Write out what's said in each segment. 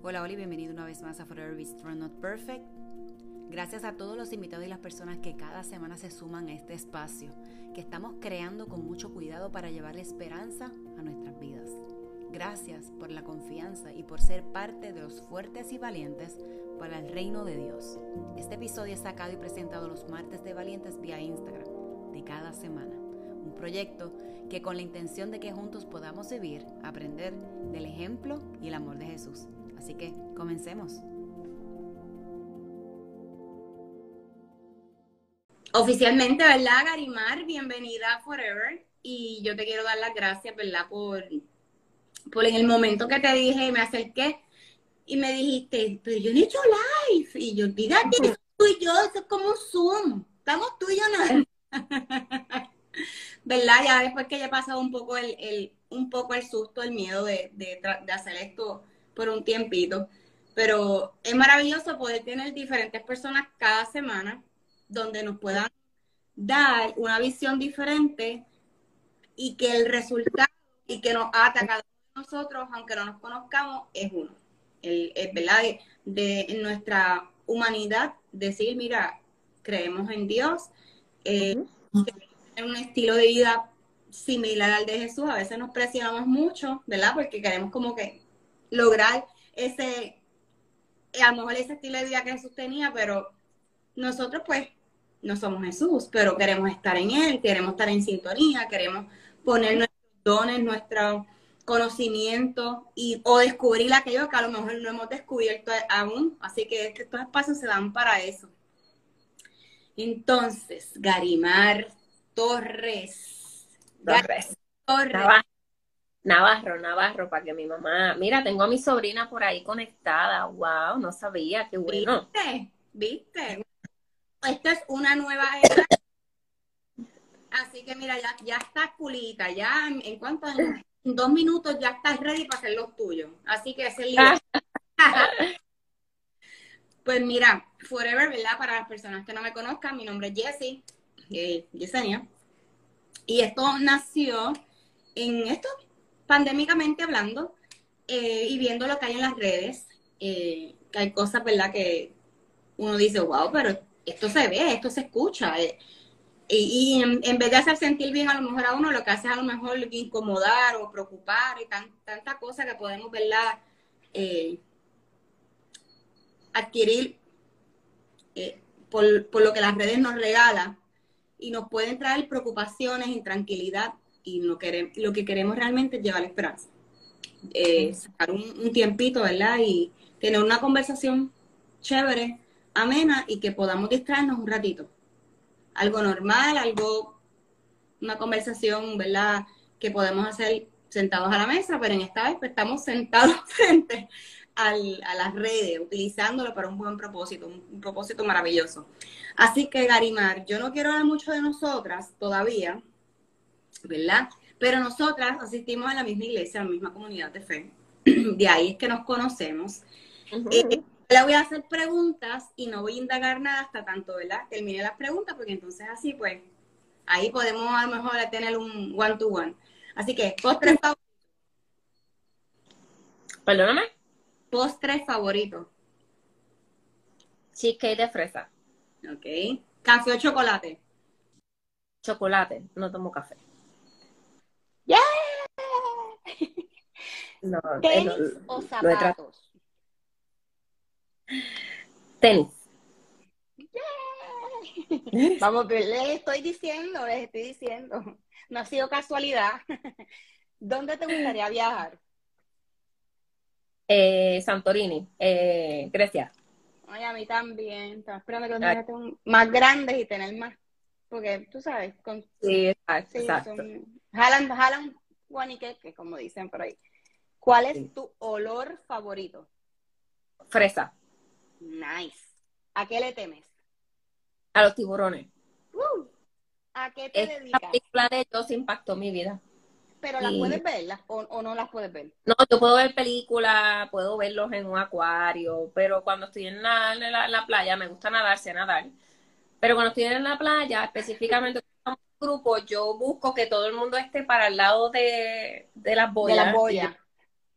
Hola, Oli, bienvenido una vez más a Forever Be Strong Not Perfect. Gracias a todos los invitados y las personas que cada semana se suman a este espacio, que estamos creando con mucho cuidado para llevarle esperanza a nuestras vidas. Gracias por la confianza y por ser parte de los fuertes y valientes para el reino de Dios. Este episodio es sacado y presentado los martes de Valientes vía Instagram de cada semana. Un proyecto que con la intención de que juntos podamos vivir, aprender del ejemplo y el amor de Jesús. Así que comencemos. Oficialmente, ¿verdad, Garimar? Bienvenida a Forever. Y yo te quiero dar las gracias, ¿verdad? Por en el momento que te dije, me acerqué y me dijiste, pero yo no he hecho live. Y yo, fíjate, eso tú y yo, eso es como Zoom. Estamos tú y yo, ¿no? ¿Verdad? Ya después que ya he pasado un poco el susto, el miedo de hacer esto por un tiempito. Pero es maravilloso poder tener diferentes personas cada semana donde nos puedan dar una visión diferente y que el resultado y que nos ata a cada uno de nosotros, aunque no nos conozcamos, es uno. Es verdad de nuestra humanidad decir, mira, creemos en Dios, queremos tener un estilo de vida similar al de Jesús. A veces nos presionamos mucho, ¿verdad? Porque queremos como que lograr a lo mejor ese estilo de vida que Jesús tenía, pero nosotros pues no somos Jesús, pero queremos estar en Él, queremos estar en sintonía, queremos poner nuestros dones, nuestro conocimiento o descubrir aquello que a lo mejor no hemos descubierto aún. Así que estos espacios se dan para eso. Entonces, Garimar Torres. Navarro, para que mi mamá... Mira, tengo a mi sobrina por ahí conectada. Wow, no sabía, qué bueno. ¿Viste? Esto es una nueva era. Así que mira, ya estás culita, ya en cuanto en 2 minutos ya estás ready para hacer los tuyos. Así que ese lío. Pues mira, Forever, ¿verdad? Para las personas que no me conozcan, mi nombre es Jessie, Yesenia. Y esto nació pandémicamente hablando, y viendo lo que hay en las redes, que hay cosas, ¿verdad? Que uno dice, wow, pero esto se ve, esto se escucha. Y en vez de hacer sentir bien a lo mejor a uno, lo que hace es a lo mejor incomodar o preocupar y tanta cosa que podemos, ¿verdad? Adquirir por lo que las redes nos regalan y nos pueden traer preocupaciones, intranquilidad, y lo que queremos realmente es llevar esperanza. Sacar un tiempito, ¿verdad? Y tener una conversación chévere, amena, y que podamos distraernos un ratito. Algo normal, una conversación, ¿verdad? Que podemos hacer sentados a la mesa, pero en esta vez pues, estamos sentados frente a las redes, utilizándolo para un buen propósito, un propósito maravilloso. Así que, Garimar, yo no quiero hablar mucho de nosotras todavía, ¿verdad? Pero nosotras asistimos a la misma iglesia, a la misma comunidad de fe. De ahí es que nos conocemos. Le voy a hacer preguntas y no voy a indagar nada hasta tanto, ¿verdad? Termine las preguntas, porque entonces así, pues, ahí podemos a lo mejor tener un one-to-one. Así que, postre favorito. Perdóname. Postre favorito. Cheesecake de fresa. Ok. Café o chocolate. Chocolate, no tomo café. ¡Yeah! No, ¿Tenis o zapatos? Tenis. Yeah. Vamos, les estoy diciendo. No ha sido casualidad. ¿Dónde te gustaría viajar? Santorini, Grecia. Ay, a mí también. Estaba esperando que los niños estén más grandes y tener más. Porque, tú sabes, Sí, exacto. Jalan guaniqueque, como dicen por ahí. ¿Cuál es tu olor favorito? Fresa. Nice. ¿A qué le temes? A los tiburones. ¿A qué te dedicas? La película de ellos impactó mi vida. ¿Pero las puedes ver o no las puedes ver? No, yo puedo ver películas, puedo verlos en un acuario, pero cuando estoy en la playa, me gusta nadar, sé nadar. Pero cuando estoy en la playa, específicamente con un grupo, yo busco que todo el mundo esté para el lado de las boyas. De las boyas.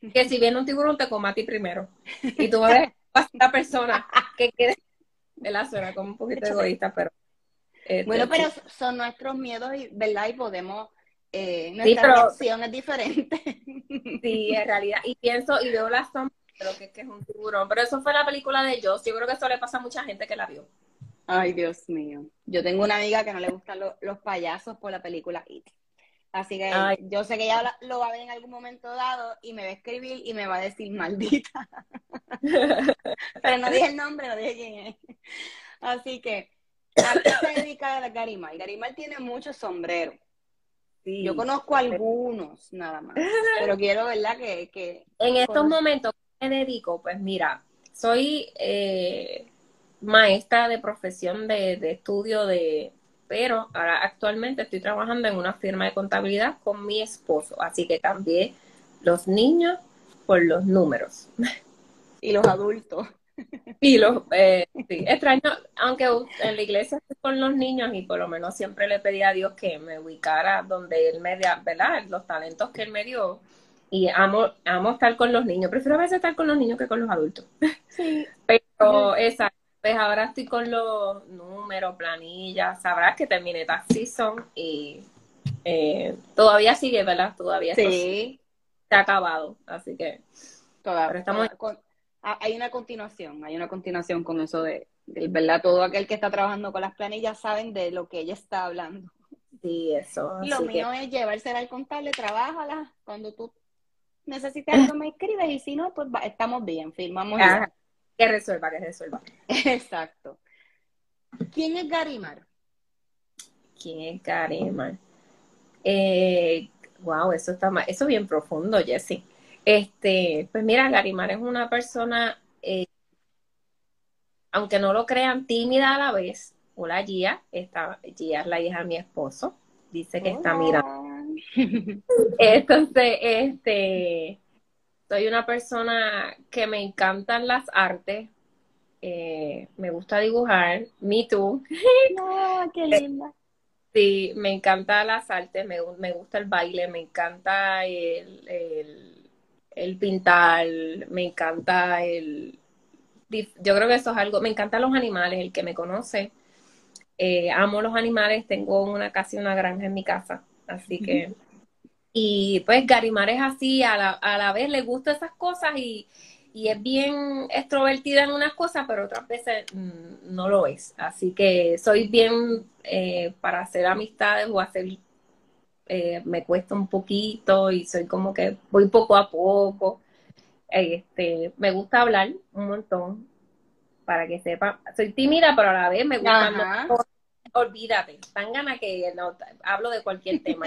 que si viene un tiburón te coma a ti primero. Y tú me ves a la persona que quede, la suena como un poquito egoísta, pero Bueno, pero sí. son nuestros miedos, ¿verdad? Y podemos, Sí, nuestra pero reacción es diferente. sí, en realidad, y pienso y veo la sombra de lo que es un tiburón, pero eso fue la película de Jaws, yo creo que eso le pasa a mucha gente que la vio. Ay, Dios mío. Yo tengo una amiga que no le gustan los payasos por la película It. Así que Ay, yo sé que ella lo va a ver en algún momento dado y me va a escribir y me va a decir maldita. Pero no dije el nombre, no dije quién es. Así que, ¿a qué se dedica Garimar? Garimar tiene muchos sombreros. Yo sí. conozco algunos nada más, pero quiero, ¿verdad? Que En estos conocer. momentos, ¿qué me dedico? Pues mira, soy maestra de profesión de estudio pero ahora actualmente estoy trabajando en una firma de contabilidad con mi esposo, así que cambié los niños por los números. Y los adultos. Y sí, extraño, aunque en la iglesia estoy con los niños y por lo menos siempre le pedí a Dios que me ubicara donde Él me dio, ¿verdad? Los talentos que Él me dio. Y amo estar con los niños. Prefiero a veces estar con los niños que con los adultos. Sí. Pero esa, pues ahora estoy con los números, planillas. Sabrás que terminé tax season y todavía sigue, ¿verdad? Todavía esto se Sí, ha acabado. Así que, pero estamos... hay una continuación con eso de, ¿verdad? Todo aquel que está trabajando con las planillas saben de lo que ella está hablando. Sí, eso. Y lo Así que... mío es llevársela al contable, trabájala, cuando tú necesites algo me escribes y si no, pues estamos bien, firmamos y ya. Que resuelva, que resuelva. Exacto. ¿Quién es Garimar? ¿Quién es Garimar? Wow, eso eso es bien profundo, Jessie. Pues mira, Garimar es una persona, aunque no lo crean, tímida a la vez. Hola, Gia. Gia es la hija de mi esposo. Dice que está mirando. Hola. Entonces, soy una persona que me encantan las artes. Me gusta dibujar. Me too. No, qué linda. Sí, me encanta las artes, me gusta el baile, me encanta el pintar, me encanta yo creo que eso es algo, me encantan los animales, el que me conoce, amo los animales, tengo casi una granja en mi casa, así que, y pues Garimar es así, a la vez le gusta esas cosas y es bien extrovertida en unas cosas, pero otras veces no lo es. Así que soy bien para hacer amistades o me cuesta un poquito y soy como que voy poco a poco. Me gusta hablar un montón, para que sepa. Soy tímida, pero a la vez me gusta. No, Ajá. olvídate, tan gana que no, hablo de cualquier tema.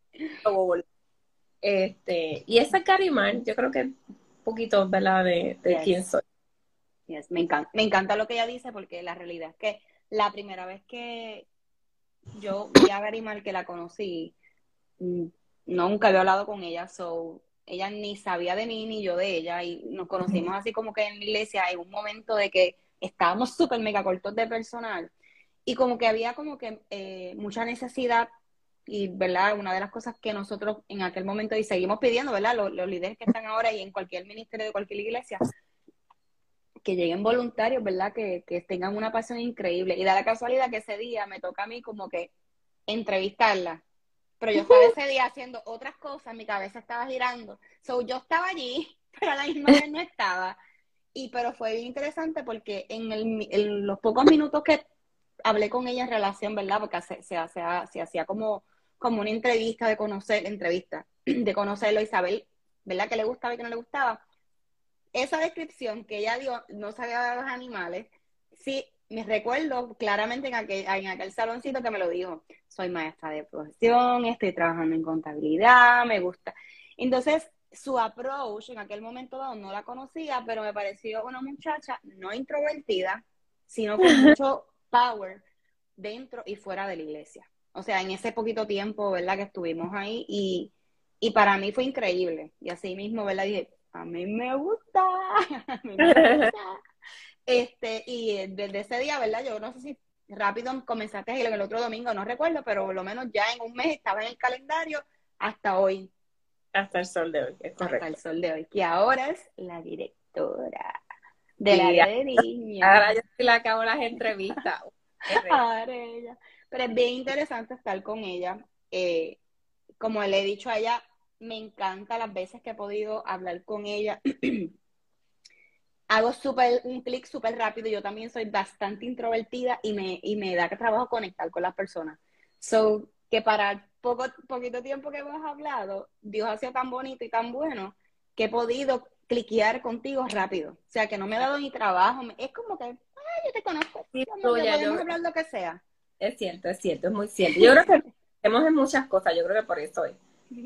Y esa es Garimar, yo creo que un poquito, ¿verdad? De Yes. quién soy. Yes. Me encanta lo que ella dice porque la realidad es que la primera vez que yo vi a Garimar, que la conocí, nunca había hablado con ella, ella ni sabía de mí ni yo de ella y nos conocimos así como que en la iglesia en un momento de que estábamos súper mega cortos de personal y como que había como que mucha necesidad y, ¿verdad? Una de las cosas que nosotros en aquel momento y seguimos pidiendo, ¿verdad? Los líderes que están ahora y en cualquier ministerio de cualquier iglesia, que lleguen voluntarios, ¿verdad? Que tengan una pasión increíble. Y da la casualidad que ese día me toca a mí como que entrevistarla. Pero yo estaba ese día haciendo otras cosas, mi cabeza estaba girando. Yo estaba allí, pero a la misma vez no estaba. Pero fue bien interesante porque en los pocos minutos que hablé con ella en relación, ¿verdad? Porque se hacía como una entrevista de conocerlo y saber, ¿verdad? Qué le gustaba y qué no le gustaba. Esa descripción que ella dio, no sabía de los animales, sí, me recuerdo claramente en aquel saloncito que me lo dijo. Soy maestra de profesión, estoy trabajando en contabilidad, me gusta. Entonces, su approach en aquel momento dado no la conocía, pero me pareció una muchacha no introvertida, sino con mucho power dentro y fuera de la iglesia. O sea, en ese poquito tiempo, ¿verdad? Que estuvimos ahí y para mí fue increíble. Y así mismo, ¿verdad? Dije, a mí me gusta, a mí me gusta. Y desde ese día, ¿verdad? Yo no sé si rápido comenzaste a ir en el otro domingo, no recuerdo, pero por lo menos ya en un mes estaba en el calendario hasta hoy. Hasta el sol de hoy, es hasta correcto. el sol de hoy, que ahora es la directora del Sí, área de niños. ahora yo sí le acabo las entrevistas. Ahora ella. Pero es bien interesante estar con ella. Como le he dicho a ella, me encanta las veces que he podido hablar con ella. Hago un clic súper rápido. Yo también soy bastante introvertida y me da que trabajo conectar con las personas. So, que para el poquito tiempo que hemos hablado, Dios ha sido tan bonito y tan bueno que he podido cliquear contigo rápido. O sea, que no me ha dado ni trabajo. Es como que, ay, yo te conozco. Sí, Como que Tuya, podemos hablar lo que sea. es cierto, es muy cierto. Yo creo que hacemos en muchas cosas, yo creo que por eso es.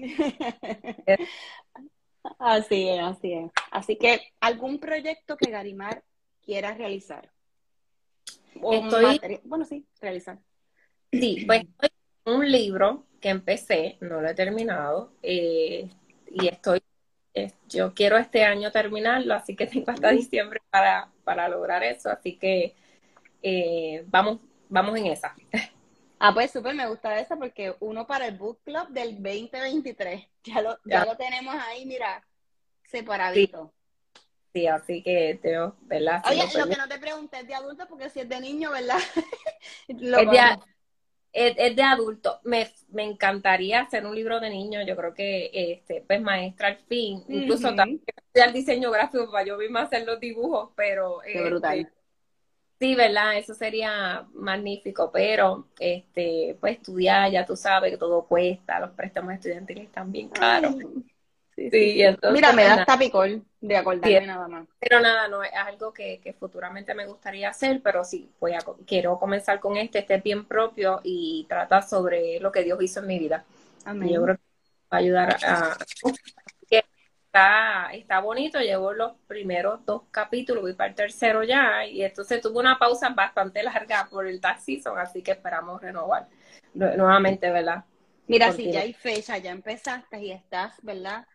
Así es, así es. Así que, ¿algún proyecto que Garimar quiera realizar? Estoy, Bueno, sí, realizar. sí, pues estoy en un libro que empecé, no lo he terminado, y yo quiero este año terminarlo, así que tengo hasta diciembre para lograr eso, así que vamos en esa. Ah, pues súper, me gusta eso porque uno para el book club del 2023. Ya Ya, lo tenemos ahí, mira, sí, separadito. sí, así que tengo, ¿verdad? Si Oye, lo lo que permite. no te pregunté es de adulto porque si es de niño, ¿verdad? Lo Es de, vamos. es de adulto. Me encantaría hacer un libro de niños. Yo creo que pues maestra al fin. Incluso también Ujú. estudiar diseño gráfico para yo misma hacer los dibujos, pero Qué brutal. sí, ¿verdad? Eso sería magnífico. Pero pues estudiar, ya tú sabes que todo cuesta, los préstamos estudiantiles están bien caros. Ay, sí, sí, Sí, y sí. Mira, entonces me pues da nada. hasta picor de Sí, acordarme nada más. pero nada, no es algo que futuramente me gustaría hacer, pero sí, quiero comenzar con este es bien propio y trata sobre lo que Dios hizo en mi vida. Y yo Amén. creo que va a ayudar que está bonito, llevo los primeros 2 capítulos, voy para el tercero ya, y entonces tuve una pausa bastante larga por el tax season, así que esperamos renovar nuevamente, ¿verdad? Mira, si ya Continuar. hay fecha, ya empezaste y estás, ¿verdad?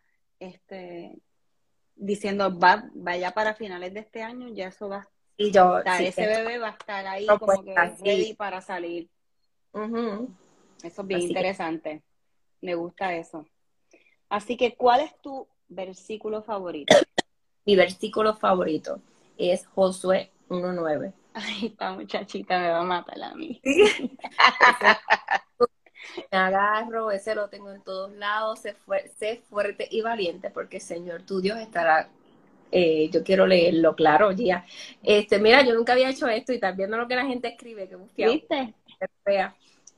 Diciendo vaya para finales de este año, ya eso va a Y yo, estar, sí, ese estoy bebé va a estar ahí como propuesta, que sí. ready para salir. Ujú. Eso es bien Así que interesante. Me gusta eso. Así que, ¿cuál es tu versículo favorito? mi versículo favorito es Josué 1:9. Ay, esta muchachita me va a matar a mí. Ese me agarro, ese lo tengo en todos lados, sé fuerte y valiente porque el Señor tu Dios estará. Yo quiero leerlo, claro, ya. Mira, yo nunca había hecho esto y estás viendo lo que la gente escribe, que bufiado. ¿Viste? Fea.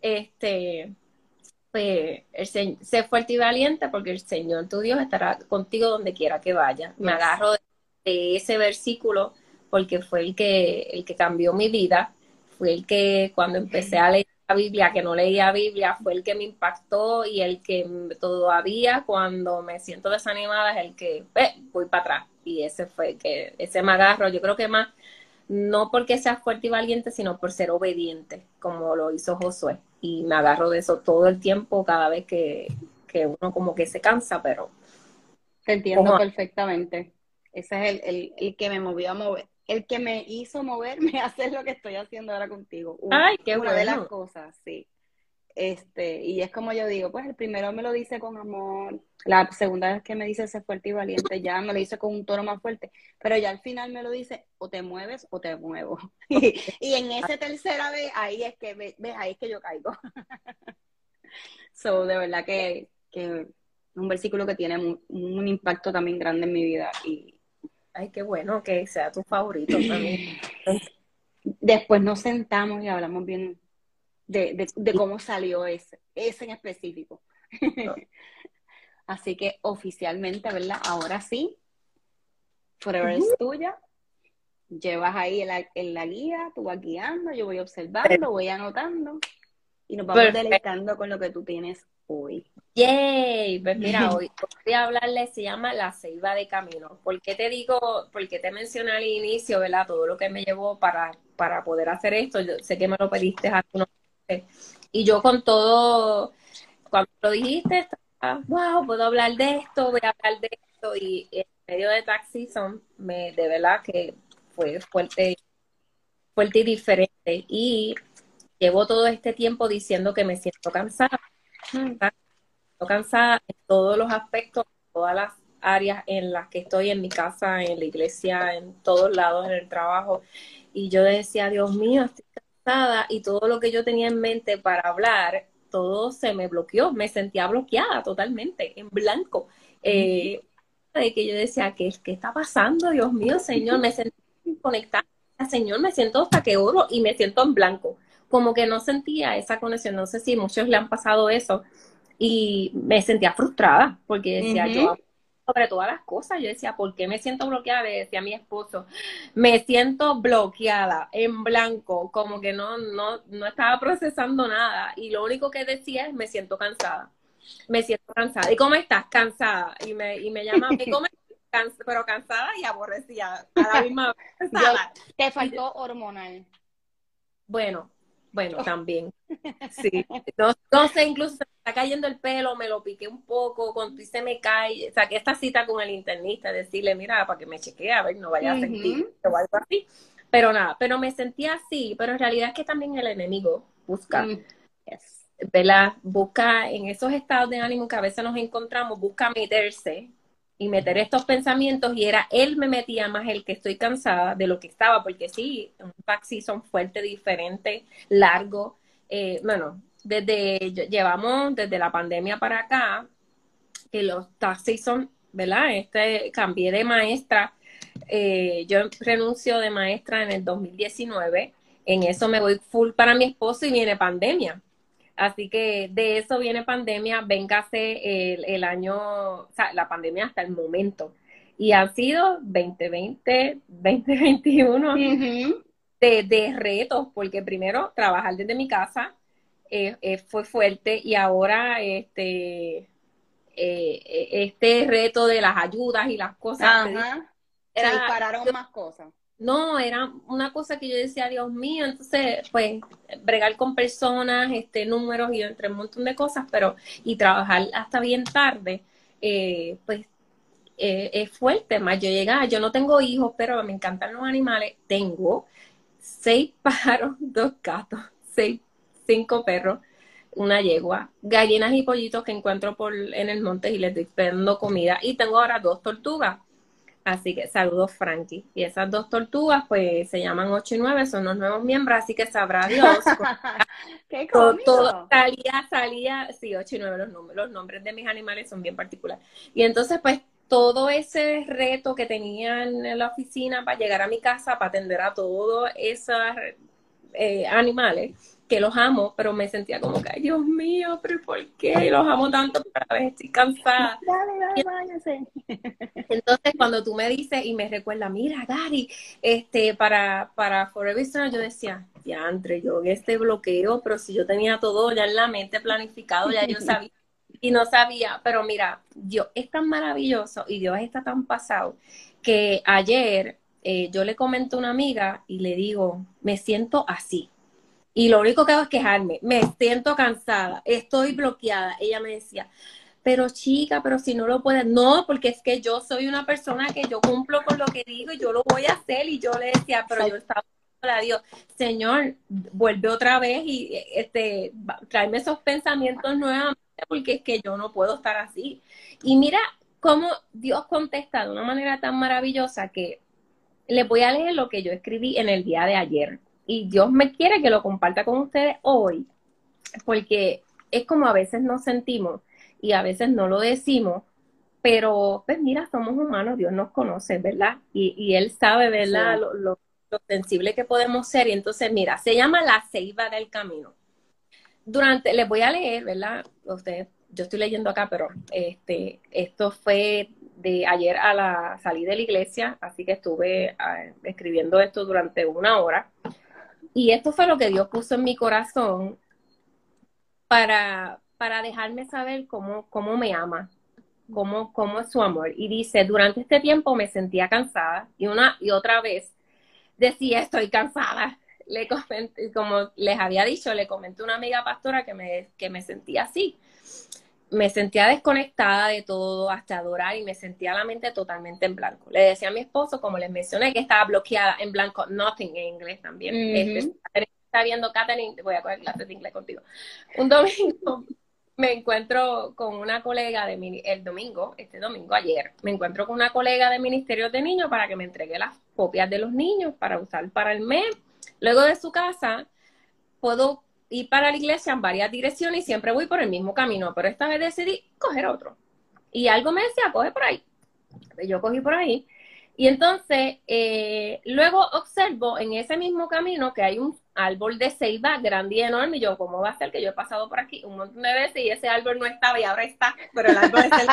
Pues, sé fuerte y valiente porque el Señor tu Dios estará contigo donde quiera que vaya. Me Yes. agarro de ese versículo porque fue el que cambió mi vida, fue el que cuando empecé a leer la Biblia, que no leía Biblia, fue el que me impactó y el que todavía cuando me siento desanimada es el que voy para atrás. Y ese me agarro, yo creo que más, no porque sea fuerte y valiente, sino por ser obediente, como lo hizo Josué. Y me agarro de eso todo el tiempo, cada vez que uno como que se cansa, pero Te entiendo ojo, perfectamente. Ese es el que me movió a mover, el que me hizo moverme a hacer lo que estoy haciendo ahora contigo. ay, qué Una de las bueno. cosas, sí. Y es como yo digo, pues el primero me lo dice con amor, la segunda vez que me dice sé fuerte y valiente, ya me lo dice con un tono más fuerte, pero ya al final me lo dice, o te mueves o te muevo. Y en esa tercera vez, ahí es que, ves, ahí es que yo caigo. So, de verdad que un versículo que tiene un impacto también grande en mi vida. Y Ay, qué bueno que sea tu favorito también. después nos sentamos y hablamos bien de cómo salió ese en específico. Así que oficialmente, ¿verdad? Ahora sí, Forever es tuya. Llevas ahí en la guía, tú vas guiando, yo voy observando, voy anotando y nos vamos Perfecto. deleitando con lo que tú tienes hoy. Yay, pues mira, hoy voy a hablarle, se llama La Ceiba de Camino. ¿Por qué te digo, por qué te mencioné al inicio, ¿verdad? Todo lo que me llevó para poder hacer esto. Yo sé que me lo pediste hace unos meses. Y yo con todo, cuando lo dijiste, estaba, wow, puedo hablar de esto, voy a hablar de esto. Y en medio de Tax Season, de verdad que fue fuerte, fuerte y diferente. Y llevo todo este tiempo diciendo que me siento cansada, cansada en todos los aspectos, en todas las áreas en las que estoy, en mi casa, en la iglesia, en todos lados, en el trabajo. Y yo decía, Dios mío, estoy cansada, y todo lo que yo tenía en mente para hablar, todo se me bloqueó, me sentía bloqueada totalmente, en blanco. De que yo decía, ¿qué está pasando? Dios mío, Señor, me sentí conectada, Señor, me siento hasta que oro y me siento en blanco. Como que no sentía esa conexión, no sé si a muchos le han pasado eso, y me sentía frustrada, porque decía, yo sobre todas las cosas, yo decía, ¿por qué me siento bloqueada? Le decía a mi esposo, me siento bloqueada, en blanco, como que no estaba procesando nada, y lo único que decía es, me siento cansada. Me siento cansada. ¿Y cómo estás? Cansada. Y me llama, ¿cómo estás? Pero cansada y aborrecida a la misma vez. Te faltó hormonal. Bueno, también. Sí. No sé, incluso se me está cayendo el pelo, me lo piqué un poco, cuando se me cae, saqué esta cita con el internista, decirle, mira, para que me chequee, a ver, no vaya a sentir o algo así. Pero nada, pero me sentía así, pero en realidad es que también el enemigo busca. ¿Verdad? Busca en esos estados de ánimo que a veces nos encontramos, busca meterse y meter estos pensamientos, y él me metía más el que estoy cansada de lo que estaba, porque sí, un taxi son fuerte, diferente, largo. Bueno, llevamos desde la pandemia para acá, que los taxis son, ¿verdad? Cambié de maestra, yo renuncio de maestra en el 2019, en eso me voy full para mi esposo y viene pandemia. Así que de eso viene pandemia, véngase el año, o sea, la pandemia hasta el momento. Y han sido 2020, 2021 de retos, porque primero trabajar desde mi casa fue fuerte, y ahora este reto de las ayudas y las cosas. Se dispararon más cosas. No, era una cosa que yo decía, Dios mío, entonces, pues, bregar con personas, números y entre un montón de cosas, y trabajar hasta bien tarde, pues, es fuerte. Más yo llegaba, yo no tengo hijos, pero me encantan los animales. Tengo 6 pájaros, 2 gatos, 5 perros, una yegua, gallinas y pollitos que encuentro en el monte y les estoy dando comida. Y tengo ahora 2 tortugas. Así que saludos, Frankie. Y esas 2 tortugas, pues, se llaman 8 y 9, son los nuevos miembros, así que sabrá Dios. ¡Qué cómico! Todo salía, sí, 8 y 9 los nombres de mis animales son bien particulares. Y entonces, pues, todo ese reto que tenía en la oficina para llegar a mi casa, para atender a todos esos animales, que los amo, pero me sentía como que, ay, Dios mío, pero ¿por qué? Los amo tanto, pero a veces estoy cansada. Dale, váyase. Entonces, cuando tú me dices y me recuerdas, mira, Gary, para Forever Strong, yo decía, diantre, yo en este bloqueo, pero si yo tenía todo ya en la mente planificado, ya yo sabía, y no sabía, pero mira, Dios es tan maravilloso y Dios está tan pasado, que ayer yo le comenté a una amiga y le digo, me siento así. Y lo único que hago es quejarme, me siento cansada, estoy bloqueada. Ella me decía, pero chica, pero si no lo puedes, no, porque es que yo soy una persona que yo cumplo con lo que digo y yo lo voy a hacer. Y yo le decía, pero yo estaba a Dios, Señor, vuelve otra vez y tráeme esos pensamientos nuevamente, porque es que yo no puedo estar así. Y mira cómo Dios contesta de una manera tan maravillosa, que les voy a leer lo que yo escribí en el día de ayer. Y Dios me quiere que lo comparta con ustedes hoy, porque es como a veces nos sentimos y a veces no lo decimos, pero pues mira, somos humanos, Dios nos conoce, ¿verdad? Y Él sabe, ¿verdad? Sí. Lo sensible que podemos ser. Y entonces, mira, se llama La Ceiba del Camino. Les voy a leer, ¿verdad? Yo estoy leyendo acá, pero esto fue de ayer salí de la iglesia, así que estuve escribiendo esto durante 1 hora. Y esto fue lo que Dios puso en mi corazón para dejarme saber cómo me ama, cómo es su amor. Y dice, durante este tiempo me sentía cansada, y una y otra vez decía, estoy cansada. Le comenté, como les había dicho, le comenté a una amiga pastora que me sentía así. Me sentía desconectada de todo, hasta adorar, y me sentía la mente totalmente en blanco. Le decía a mi esposo, como les mencioné, que estaba bloqueada en blanco, nothing en inglés también. Está viendo Catherine, voy a coger clases de inglés contigo. Un domingo me encuentro con una colega el domingo, este domingo, ayer, me encuentro con una colega de Ministerios de Niños para que me entregue las copias de los niños para usar para el mes. Luego de su casa, puedo ir para la iglesia en varias direcciones y siempre voy por el mismo camino, pero esta vez decidí coger otro. Y algo me decía, coge por ahí. Yo cogí por ahí. Y entonces, luego observo en ese mismo camino que hay un árbol de ceiba grande y enorme. Y yo, ¿cómo va a ser que yo he pasado por aquí un montón de veces y ese árbol no estaba y ahora está? Pero el árbol es el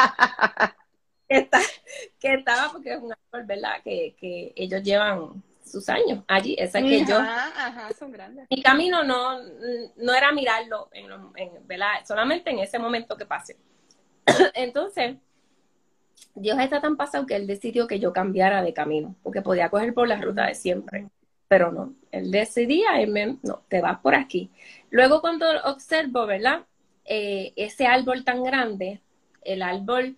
que estaba porque es un árbol, ¿verdad? Que ellos llevan sus años allí. Esa que yo... Ajá, son grandes. Mi camino no era mirarlo, ¿verdad? Solamente en ese momento que pasé. Entonces... Dios está tan pasado que Él decidió que yo cambiara de camino, porque podía coger por la ruta de siempre, pero no, Él decidía, no, te vas por aquí. Luego cuando observo, ¿verdad? Ese árbol tan grande, el árbol,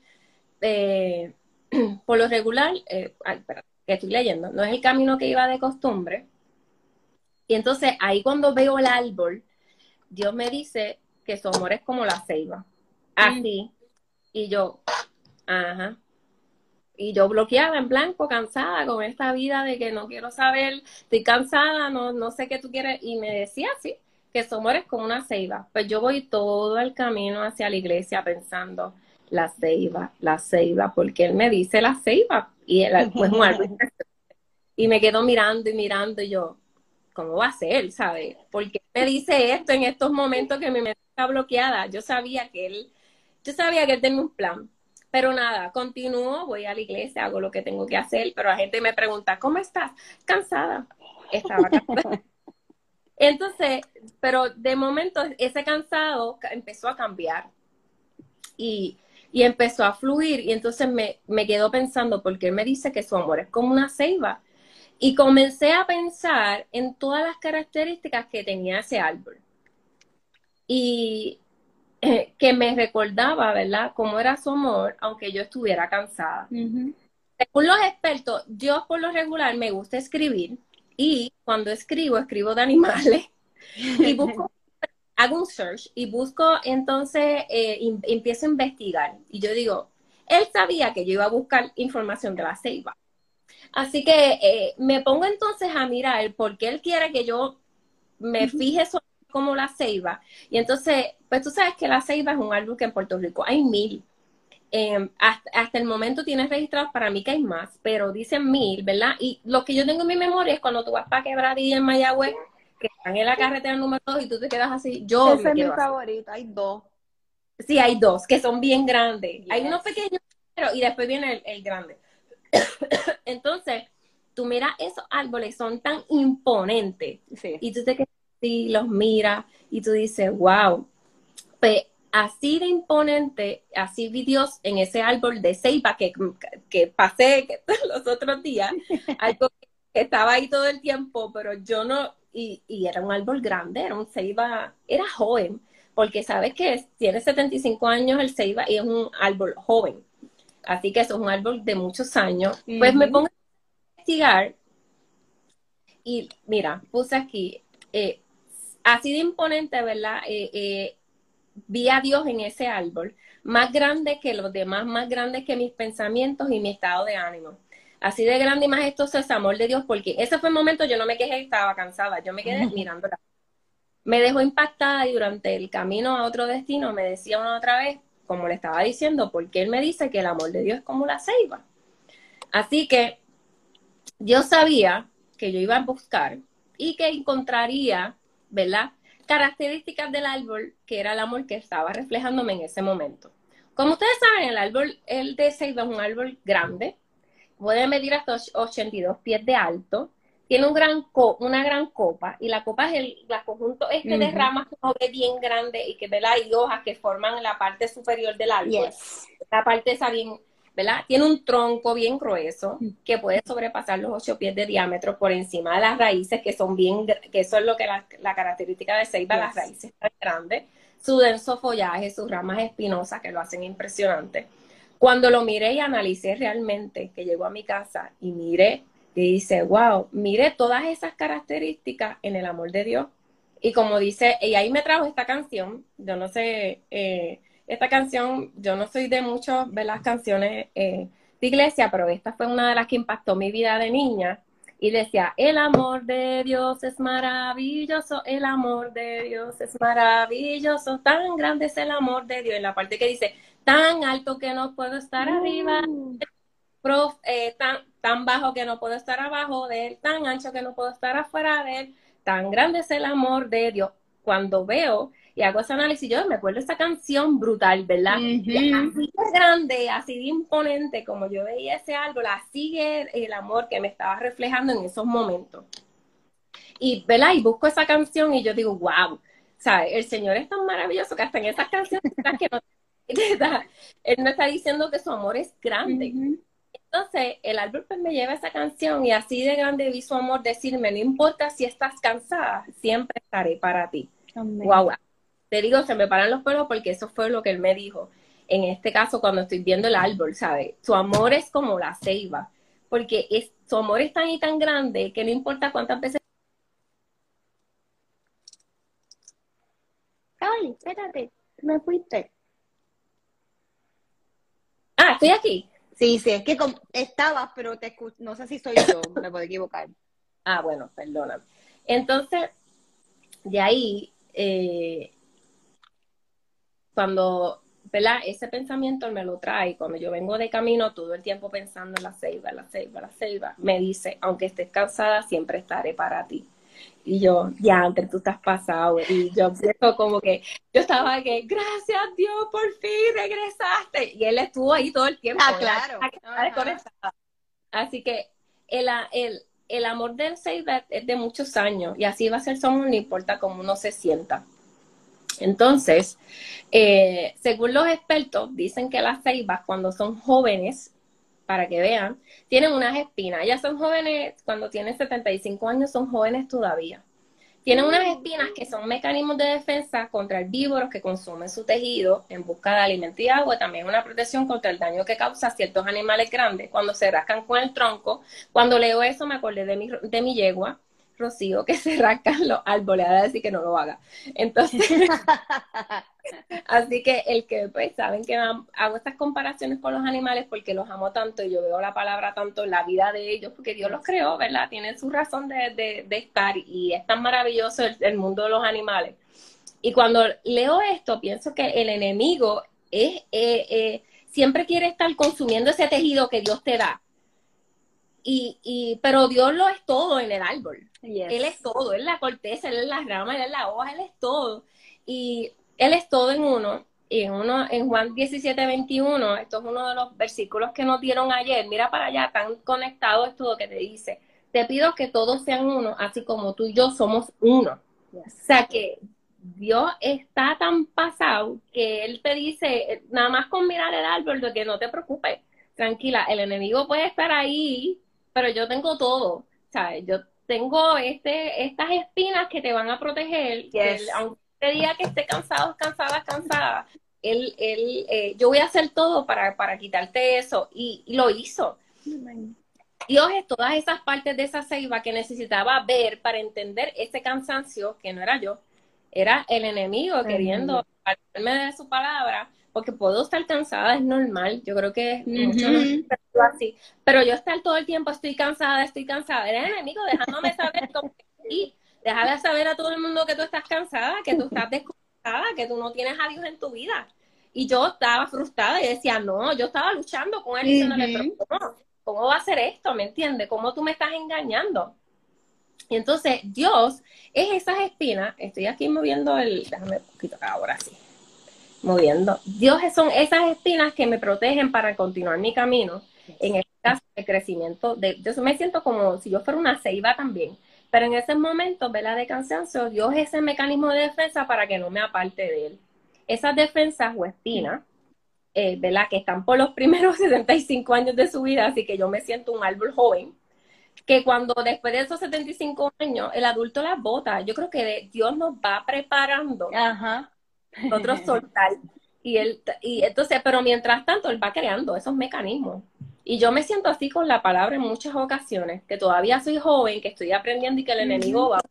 por lo regular, espera, que estoy leyendo, no es el camino que iba de costumbre, y entonces ahí cuando veo el árbol, Dios me dice que su amor es como la ceiba, así, y yo... Ajá. Y yo bloqueada en blanco, cansada con esta vida de que no quiero saber, estoy cansada, no sé qué tú quieres. Y me decía así, que su amor es como una ceiba. Pues yo voy todo el camino hacia la iglesia pensando, la ceiba, porque él me dice la ceiba. Y él, pues un árbol. Y me quedo mirando y yo, ¿cómo va a ser, sabes? Porque me dice esto en estos momentos que mi mente está bloqueada. Yo sabía que él tenía un plan. Pero nada, continúo, voy a la iglesia, hago lo que tengo que hacer, pero la gente me pregunta, ¿cómo estás? Cansada. Estaba cansada. Entonces, pero de momento ese cansado empezó a cambiar y empezó a fluir y entonces me quedo pensando, porque él me dice que su amor es como una ceiba. Y comencé a pensar en todas las características que tenía ese árbol. Y que me recordaba, ¿verdad?, cómo era su amor, aunque yo estuviera cansada. Según los expertos, yo por lo regular me gusta escribir y cuando escribo de animales y hago un search y busco, entonces empiezo a investigar. Y yo digo, él sabía que yo iba a buscar información de la ceiba. Así que me pongo entonces a mirar por qué él quiere que yo me fije sobre como la ceiba. Y entonces, pues tú sabes que la ceiba es un árbol que en Puerto Rico hay 1000. Hasta el momento tienes registrados, para mí que hay más, pero dicen 1000, ¿verdad? Y lo que yo tengo en mi memoria es cuando tú vas para Quebradilla en Mayagüez, que están en la carretera número 2 y tú te quedas así. Yo Ese me es mi quedo así. favorito, hay 2. Sí, hay 2 que son bien grandes. Yes. Hay unos pequeños, y después viene el grande. Entonces, tú miras esos árboles, son tan imponentes. Sí. Y tú te quedas así, los miras y tú dices, wow. Pues así de imponente, así vi Dios en ese árbol de ceiba que pasé los otros días, algo que estaba ahí todo el tiempo, pero yo no, y era un árbol grande, era un ceiba, era joven, porque sabes que tiene 75 años el ceiba y es un árbol joven, así que eso es un árbol de muchos años. Pues me pongo a investigar y mira, puse aquí, así de imponente, ¿verdad? Vi a Dios en ese árbol, más grande que los demás, más grande que mis pensamientos y mi estado de ánimo. Así de grande y majestuoso es el amor de Dios, porque ese fue el momento, yo no me quejé, estaba cansada, yo me quedé mirándola. Me dejó impactada y durante el camino a otro destino me decía una otra vez, como le estaba diciendo, porque él me dice que el amor de Dios es como la ceiba. Así que yo sabía que yo iba a buscar y que encontraría, ¿verdad?, características del árbol que era el amor que estaba reflejándome en ese momento. Como ustedes saben, el árbol, el de ceiba es un árbol grande, puede medir hasta 82 pies de alto, tiene una gran copa, y la copa es el conjunto de ramas que uno ve bien grande y que, ¿verdad?, hay hojas que forman la parte superior del árbol. Yes. La parte esa bien, ¿verdad? Tiene un tronco bien grueso que puede sobrepasar los 8 pies de diámetro por encima de las raíces, que son bien, que eso es lo que la característica de ceiba, las raíces tan grandes, su denso follaje, sus ramas espinosas que lo hacen impresionante. Cuando lo miré y analicé realmente, que llegó a mi casa y miré, y dice, wow, miré todas esas características en el amor de Dios, Y como dice, y ahí me trajo esta canción, yo no sé, esta canción, yo no soy de muchas de las canciones de iglesia, pero esta fue una de las que impactó mi vida de niña. Y decía, el amor de Dios es maravilloso, el amor de Dios es maravilloso, tan grande es el amor de Dios. En la parte que dice, tan alto que no puedo estar arriba, tan bajo que no puedo estar abajo de él, tan ancho que no puedo estar afuera de él, tan grande es el amor de Dios. Cuando veo y hago ese análisis, yo me acuerdo de esa canción brutal, ¿verdad? Y así de grande, así de imponente, como yo veía ese árbol, así el amor que me estaba reflejando en esos momentos. Y, ¿verdad? Y busco esa canción y yo digo, wow, ¿sabes? El Señor es tan maravilloso que hasta en esas canciones que no, Él no está diciendo que su amor es grande. Entonces, el árbol pues me lleva a esa canción y así de grande vi su amor decirme, no importa si estás cansada, siempre estaré para ti. Wow. Te digo, se me paran los pelos porque eso fue lo que él me dijo. En este caso, cuando estoy viendo el árbol, ¿sabes? Su amor es como la ceiba, porque su amor es tan y tan grande que no importa cuántas veces... Ay, espérate, me fuiste. Ah, estoy aquí. Sí, es que estabas, pero no sé si soy yo, me puedo equivocar. Ah, bueno, perdona. Entonces, de ahí, cuando, ¿verdad? Ese pensamiento me lo trae, cuando yo vengo de camino todo el tiempo pensando en la ceiba, la ceiba, la ceiba, me dice, aunque estés cansada, siempre estaré para ti. Y yo, ya, antes tú estás pasado. Y yo empiezo como que, yo estaba que, gracias Dios, por fin regresaste. Y él estuvo ahí todo el tiempo. Ah, claro. Así que el amor del Seiba es de muchos años. Y así va a ser su amor, no importa cómo uno se sienta. Entonces, según los expertos, dicen que las ceibas cuando son jóvenes, para que vean, tienen unas espinas. Ellas son jóvenes, cuando tienen 75 años, son jóvenes todavía. Tienen unas espinas que son mecanismos de defensa contra herbívoros que consumen su tejido en busca de alimento y agua. También una protección contra el daño que causa ciertos animales grandes cuando se rascan con el tronco. Cuando leo eso me acordé de mi yegua, Rocío, que se rascan los árboles. A decir que no lo haga. Entonces... Así que el que, pues, saben que hago estas comparaciones con los animales porque los amo tanto y yo veo la palabra tanto en la vida de ellos porque Dios los creó, ¿verdad? Tienen su razón de estar y es tan maravilloso el mundo de los animales. Y cuando leo esto, pienso que el enemigo siempre quiere estar consumiendo ese tejido que Dios te da. Pero Dios lo es todo en el árbol. Yes. Él es todo, Él es la corteza, Él es la rama, Él es la hoja, Él es todo. Y Él es todo en uno. Y en Juan 17:21, esto es uno de los versículos que nos dieron ayer. Mira para allá, tan conectado es todo que te dice. Te pido que todos sean uno, así como tú y yo somos uno. Yes. O sea que Dios está tan pasado que Él te dice, nada más con mirar el árbol, de que no te preocupes. Tranquila, el enemigo puede estar ahí, pero yo tengo todo. ¿Sabes? Yo tengo estas espinas que te van a proteger. Yes. Aunque te diga que esté cansada, yo voy a hacer todo para quitarte eso. Y lo hizo. Dios es todas esas partes de esa ceiba que necesitaba ver para entender ese cansancio, que no era yo, era el enemigo queriendo apartarme de su palabra, porque puedo estar cansada, es normal, yo creo que mucho así, pero yo estar todo el tiempo, estoy cansada, era el enemigo dejándome saber y dejar de saber a todo el mundo que tú estás cansada, que tú estás desconectada, que tú no tienes a Dios en tu vida. Y yo estaba frustrada y decía, no, yo estaba luchando con él diciéndole, pero ¿cómo va a ser esto? ¿Me entiendes? ¿Cómo tú me estás engañando? Y entonces Dios es esas espinas, estoy aquí moviendo déjame un poquito ahora sí, moviendo. Dios son esas espinas que me protegen para continuar mi camino. En este caso, el crecimiento, yo me siento como si yo fuera una ceiba también. Pero en ese momento, ¿verdad? De cansancio, Dios es ese mecanismo de defensa para que no me aparte de Él. Esas defensas o espinas, ¿verdad? Que están por los primeros 75 años de su vida, así que yo me siento un árbol joven, que cuando después de esos 75 años el adulto las bota. Yo creo que Dios nos va preparando. Ajá. Nosotros soltar. Y entonces, pero mientras tanto, Él va creando esos mecanismos. Y yo me siento así con la palabra en muchas ocasiones, que todavía soy joven, que estoy aprendiendo y que el enemigo va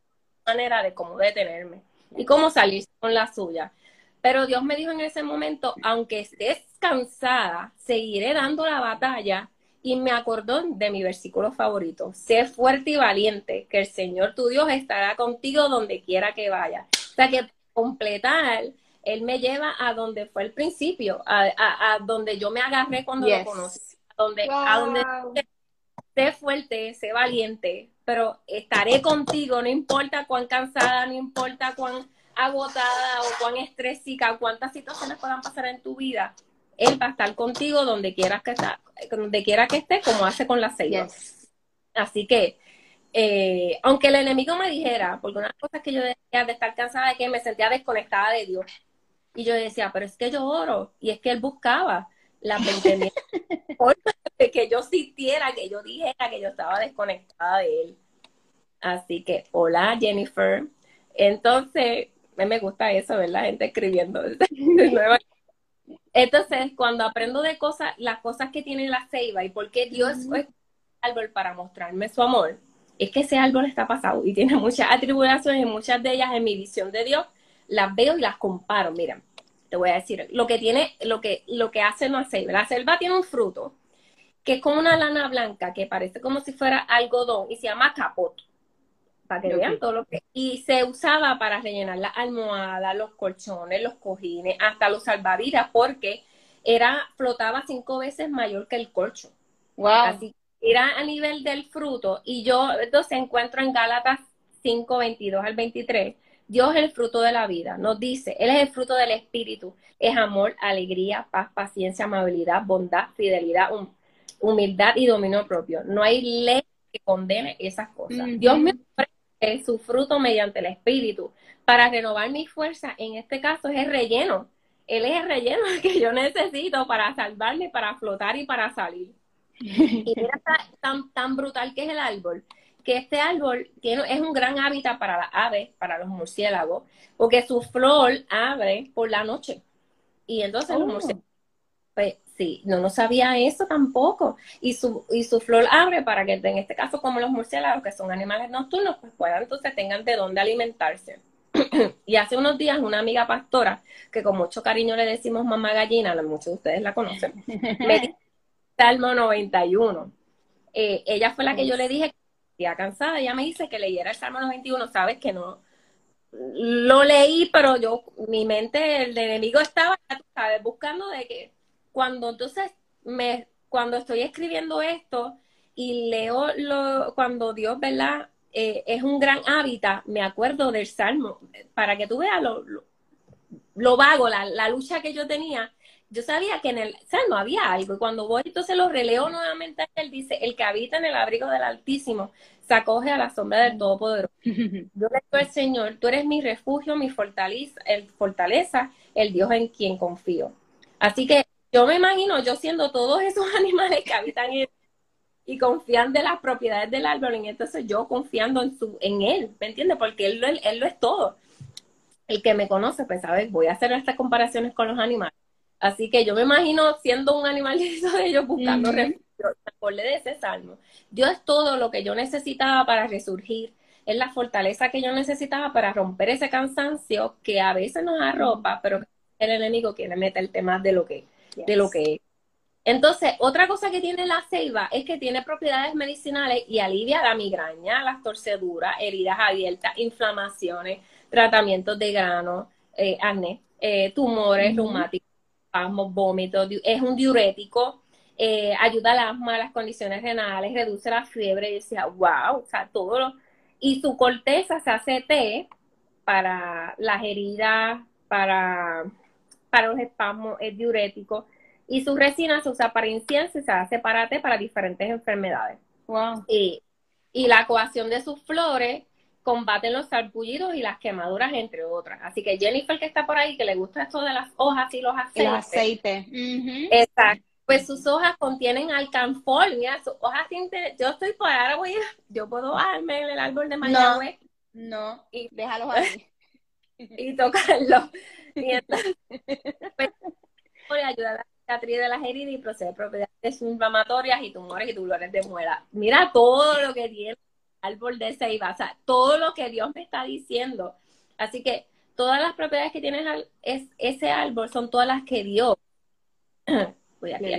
manera de cómo detenerme y cómo salir con la suya. Pero Dios me dijo en ese momento, aunque estés cansada, seguiré dando la batalla. Y me acordó de mi versículo favorito: sé fuerte y valiente, que el Señor tu Dios estará contigo donde quiera que vayas. O sea que completar, Él me lleva a donde fue el principio, a donde yo me agarré cuando lo conocí, a donde sé fuerte, sé valiente, pero estaré contigo, no importa cuán cansada, no importa cuán agotada o cuán estrésica, cuántas situaciones puedan pasar en tu vida. Él va a estar contigo donde quiera que esté, como hace con la ceiba. Yes. Así que, aunque el enemigo me dijera, porque una de las cosas que yo decía de estar cansada es que me sentía desconectada de Dios. Y yo decía, pero es que yo oro. Y es que él buscaba las 20,000 formas de que yo sintiera, que yo dijera que yo estaba desconectada de él. Así que, hola Jennifer. Entonces, me gusta eso, ver la gente escribiendo. Entonces, cuando aprendo de cosas, las cosas que tiene la ceiba y por qué Dios es un árbol para mostrarme su amor, es que ese árbol está pasado y tiene muchas atribulaciones y muchas de ellas en mi visión de Dios las veo y las comparo. Mira, te voy a decir lo que hace una ceiba. La ceiba tiene un fruto que es como una lana blanca que parece como si fuera algodón y se llama capote, para que vean todo lo que... Y se usaba para rellenar las almohadas, los colchones, los cojines, hasta los salvavidas, porque flotaba 5 veces mayor que el colchón. Wow. Así que era a nivel del fruto. Y yo entonces encuentro en Gálatas 5, 22 al 23, Dios es el fruto de la vida. Nos dice, Él es el fruto del Espíritu. Es amor, alegría, paz, paciencia, amabilidad, bondad, fidelidad, humildad y dominio propio. No hay ley que condene esas cosas. Dios me ofrece su fruto mediante el Espíritu para renovar mi fuerza. En este caso es el relleno. Él es el relleno que yo necesito para salvarme, para flotar y para salir. Y mira tan brutal que es el árbol, que este árbol es un gran hábitat para las aves, para los murciélagos, porque su flor abre por la noche. Y entonces los murciélagos, pues sí, no sabía eso tampoco. Y su flor abre para que, en este caso, como los murciélagos, que son animales nocturnos, pues puedan, entonces tengan de dónde alimentarse. Y hace unos días una amiga pastora, que con mucho cariño le decimos mamá gallina, muchos de ustedes la conocen, me dijo Salmo 91. Ella fue la que yo le dije que estaba cansada. Ella me dice que leyera el Salmo 91. Sabes que no lo leí, pero mi mente, el enemigo estaba, tú sabes, buscando de que cuando estoy escribiendo esto y leo cuando Dios, ¿verdad? Es un gran hábitat, me acuerdo del Salmo, para que tú veas lo vago, la lucha que yo tenía. Yo sabía que en el Salmo había algo, y cuando voy entonces lo releo nuevamente, él dice, el que habita en el abrigo del Altísimo se acoge a la sombra del Todopoderoso. Yo le digo al Señor, tú eres mi refugio, mi fortaleza, el Dios en quien confío. Así que yo me imagino yo siendo todos esos animales que habitan y confían de las propiedades del árbol, y entonces yo confiando en él, ¿me entiendes? Porque él lo es todo. El que me conoce, pues, ¿sabes? Voy a hacer estas comparaciones con los animales. Así que yo me imagino siendo un animal de ellos buscando refugio. Me acordé de ese salmo. Dios es todo lo que yo necesitaba para resurgir. Es la fortaleza que yo necesitaba para romper ese cansancio que a veces nos arropa, pero el enemigo quiere meterte más de lo que es. Entonces, otra cosa que tiene la ceiba es que tiene propiedades medicinales y alivia la migraña, las torceduras, heridas abiertas, inflamaciones, tratamientos de grano, acné, tumores reumáticos, espasmos, vómitos. Es un diurético, ayuda al asma, a las condiciones renales, reduce la fiebre. Y decía, wow, o sea, y su corteza se hace té para las heridas, para los espasmos, es diurético. Y su resina se usa para incienso y se hace para té para diferentes enfermedades. Wow. Y la coacción de sus flores combaten los sarpullidos y las quemaduras, entre otras. Así que Jennifer, que está por ahí, que le gusta esto de las hojas y los aceites. El aceite. Exacto. Pues sus hojas contienen alcanfor. Mira, sus hojas tienen... Yo estoy por ahora, yo puedo bajarme en el árbol de Mayagüez. No, y déjalos ahí. Y tocarlo. Y entonces, pues, ayuda a la cicatriz de las heridas y procede propiedades inflamatorias y tumores y dolores de muela. Mira todo lo que tiene árbol de ceiba, o sea, todo lo que Dios me está diciendo. Así que todas las propiedades que tiene ese árbol son todas las que Dios. Voy aquí.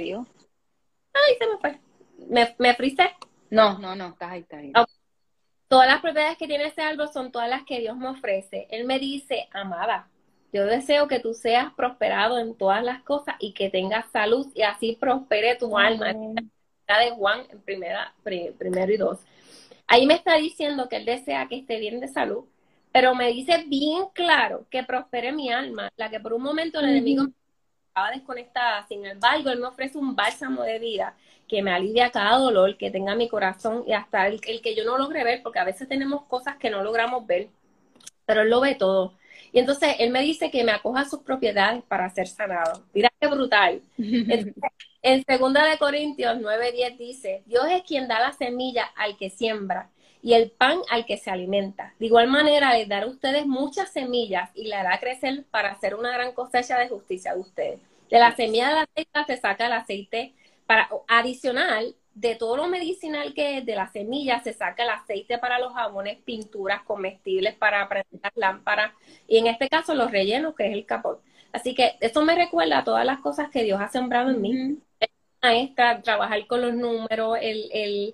Ay, se me fue. ¿Me frisé? No, estás ahí, está ahí. Okay. Todas las propiedades que tiene ese árbol son todas las que Dios me ofrece. Él me dice, amada, yo deseo que tú seas prosperado en todas las cosas y que tengas salud y así prospere tu alma. La de Juan en primero y 2. Ahí me está diciendo que él desea que esté bien de salud, pero me dice bien claro que prospere mi alma, la que por un momento el enemigo me estaba desconectada. Sin embargo, él me ofrece un bálsamo de vida que me alivia cada dolor que tenga mi corazón y hasta el que yo no logre ver, porque a veces tenemos cosas que no logramos ver, pero él lo ve todo. Y entonces él me dice que me acoja a sus propiedades para ser sanado. Mira qué brutal. Entonces, en 2 de Corintios 9:10 dice, Dios es quien da la semilla al que siembra y el pan al que se alimenta. De igual manera, les dará a ustedes muchas semillas y la hará crecer para hacer una gran cosecha de justicia de ustedes. De la semilla de la aceite se saca el aceite adicional. De todo lo medicinal que es de la semilla se saca el aceite para los jabones, pinturas comestibles para prender las lámparas y en este caso los rellenos, que es el capot. Así que esto me recuerda a todas las cosas que Dios ha sembrado en mí. Maestra, trabajar con los números, el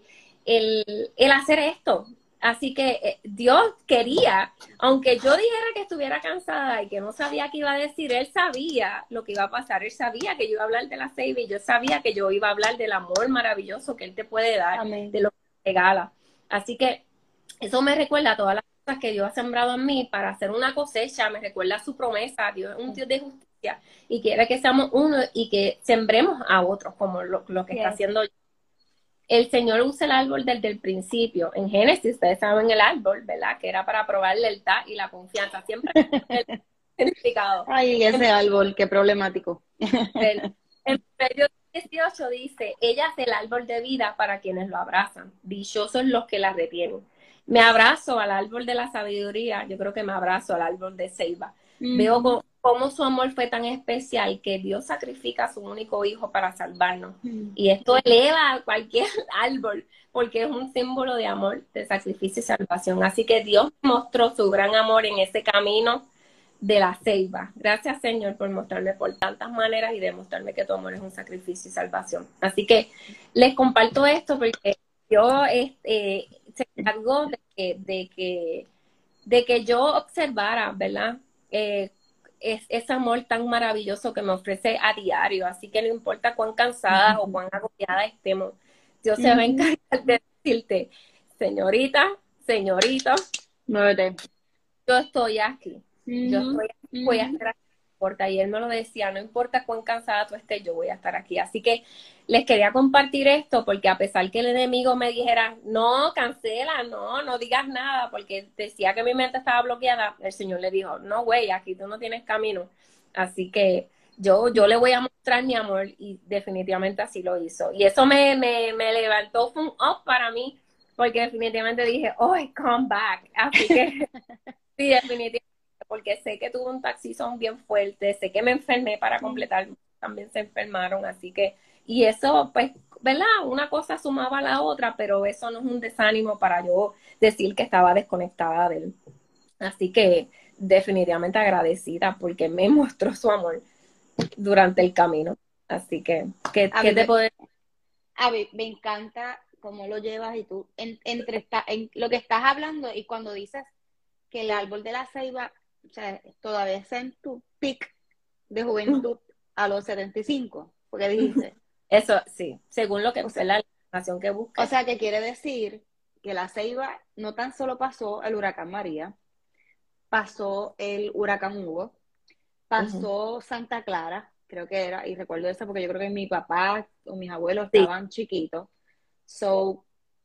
hacer esto. Así que Dios quería, aunque yo dijera que estuviera cansada y que no sabía qué iba a decir, Él sabía lo que iba a pasar. Él sabía que yo iba a hablar de la ceiba y yo sabía que yo iba a hablar del amor maravilloso que Él te puede dar, Amén. de lo que te regala. Así que eso me recuerda a todas las cosas que Dios ha sembrado en mí para hacer una cosecha, me recuerda su promesa. Dios es un Dios de justicia y quiere que seamos uno y que sembremos a otros como lo que está haciendo yo. El Señor usa el árbol desde el principio. En Génesis, ustedes saben el árbol, ¿verdad? Que era para probar la lealtad y la confianza. Siempre el significado. Ay, ese árbol, qué problemático. En Proverbios 18 dice, ella es el árbol de vida para quienes lo abrazan. Dichosos los que la retienen. Me abrazo al árbol de la sabiduría. Yo creo que me abrazo al árbol de ceiba. Veo cómo su amor fue tan especial que Dios sacrifica a su único hijo para salvarnos. Y esto eleva a cualquier árbol porque es un símbolo de amor, de sacrificio y salvación. Así que Dios mostró su gran amor en ese camino de la ceiba. Gracias, Señor, por mostrarme por tantas maneras y demostrarme que tu amor es un sacrificio y salvación. Así que les comparto esto porque yo se encargó de que yo observara, ¿verdad? Ese amor tan maravilloso que me ofrece a diario. Así que no importa cuán cansadas o cuán agobiada estemos, Dios se va a encargar de decirte, señorita, señorito, yo estoy aquí. Yo estoy aquí, voy a estar aquí, no importa. Y él me lo decía, no importa cuán cansada tú estés, yo voy a estar aquí. Así que les quería compartir esto porque a pesar que el enemigo me dijera, no, cancela, no digas nada, porque decía que mi mente estaba bloqueada, el Señor le dijo, no, güey, aquí tú no tienes camino. Así que yo le voy a mostrar mi amor y definitivamente así lo hizo. Y eso me levantó, fue un up para mí, porque definitivamente dije, oh, come back. Así que sí, definitivamente, porque sé que tuve un taxizón bien fuerte, sé que me enfermé para completar, también se enfermaron, así que, y eso, pues, ¿verdad? Una cosa sumaba a la otra, pero eso no es un desánimo para yo decir que estaba desconectada de él. Así que, definitivamente agradecida porque me mostró su amor durante el camino. Así que, ¿qué te puedo decir? A ver, me encanta cómo lo llevas y tú, en lo que estás hablando y cuando dices que el árbol de la ceiba, o sea, todavía está en tu pic de juventud a los 75, porque dijiste. Eso, sí, según lo que es la información que busqué. O sea, que quiere decir que la ceiba no tan solo pasó el huracán María, pasó el huracán Hugo, pasó Santa Clara, creo que era, y recuerdo eso porque yo creo que mi papá o mis abuelos estaban chiquitos. So,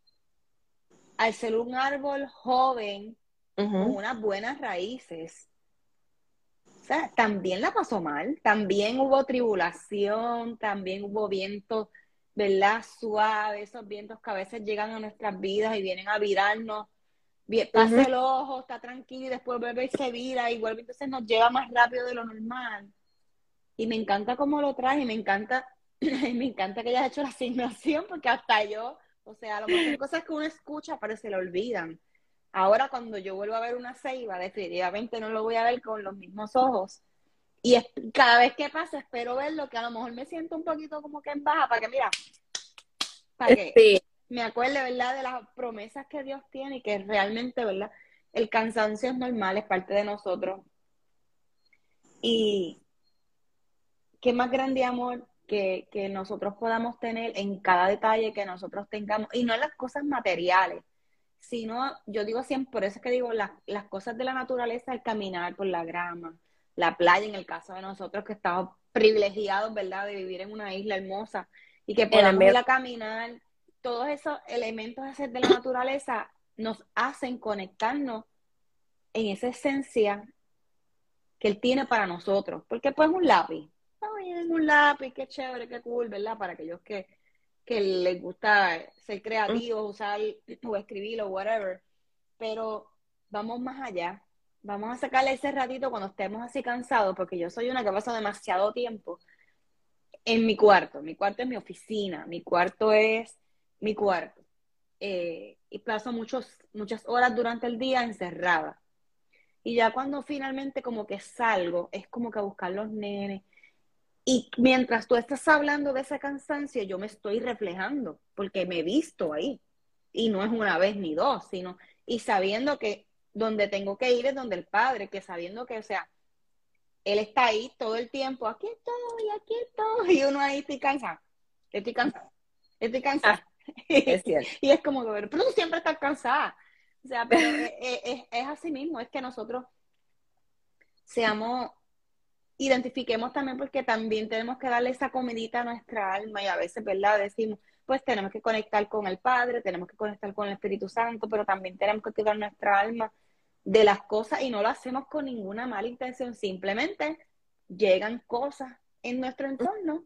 al ser un árbol joven, con unas buenas raíces, o sea, también la pasó mal, también hubo tribulación, también hubo vientos, ¿verdad? Suaves, esos vientos que a veces llegan a nuestras vidas y vienen a virarnos. Pasa el ojo, está tranquilo y después vuelve y se vira y vuelve, entonces nos lleva más rápido de lo normal. Y me encanta cómo lo traes y me encanta que hayas hecho la asignación porque hasta yo O sea, a lo mejor son cosas que uno escucha, pero se le olvidan. Ahora, cuando yo vuelvo a ver una ceiba, definitivamente no lo voy a ver con los mismos ojos. Y cada vez que pasa, espero verlo, que a lo mejor me siento un poquito como que en baja, para que, mira, para que Sí, me acuerde, ¿verdad?, de las promesas que Dios tiene y que realmente, ¿verdad?, el cansancio es normal, es parte de nosotros. Y qué más grande amor que nosotros podamos tener en cada detalle que nosotros tengamos, y no en las cosas materiales, sino, yo digo siempre, por eso es que digo, las cosas de la naturaleza, el caminar por la grama, la playa, en el caso de nosotros que estamos privilegiados, ¿verdad?, de vivir en una isla hermosa y que en el podamos medio. ir a caminar, todos esos elementos de la naturaleza nos hacen conectarnos en esa esencia que Él tiene para nosotros, porque pues un lápiz, ay, un lápiz, qué chévere, qué cool, ¿verdad?, para aquellos que les gusta ser creativos, usar o escribir o whatever, pero vamos más allá, vamos a sacarle ese ratito cuando estemos así cansados, porque yo soy una que paso demasiado tiempo en mi cuarto es mi oficina, mi cuarto es mi cuarto, y paso muchas horas durante el día encerrada, y ya cuando finalmente como que salgo, es como que a buscar los nenes, y mientras tú estás hablando de ese cansancio, yo me estoy reflejando, porque me he visto ahí. Y no es una vez ni dos, sino, y sabiendo que donde tengo que ir es donde el Padre, que sabiendo que, o sea, Él está ahí todo el tiempo, aquí estoy, y uno ahí estoy cansada, estoy Ah, cansada. es cierto. Y es como que, pero tú siempre estás cansada. O sea, pero es así mismo, es que nosotros seamos identifiquemos también porque también tenemos que darle esa comidita a nuestra alma y a veces, ¿verdad? Decimos, pues tenemos que conectar con el Padre, tenemos que conectar con el Espíritu Santo, pero también tenemos que cuidar nuestra alma de las cosas y no lo hacemos con ninguna mala intención, simplemente llegan cosas en nuestro entorno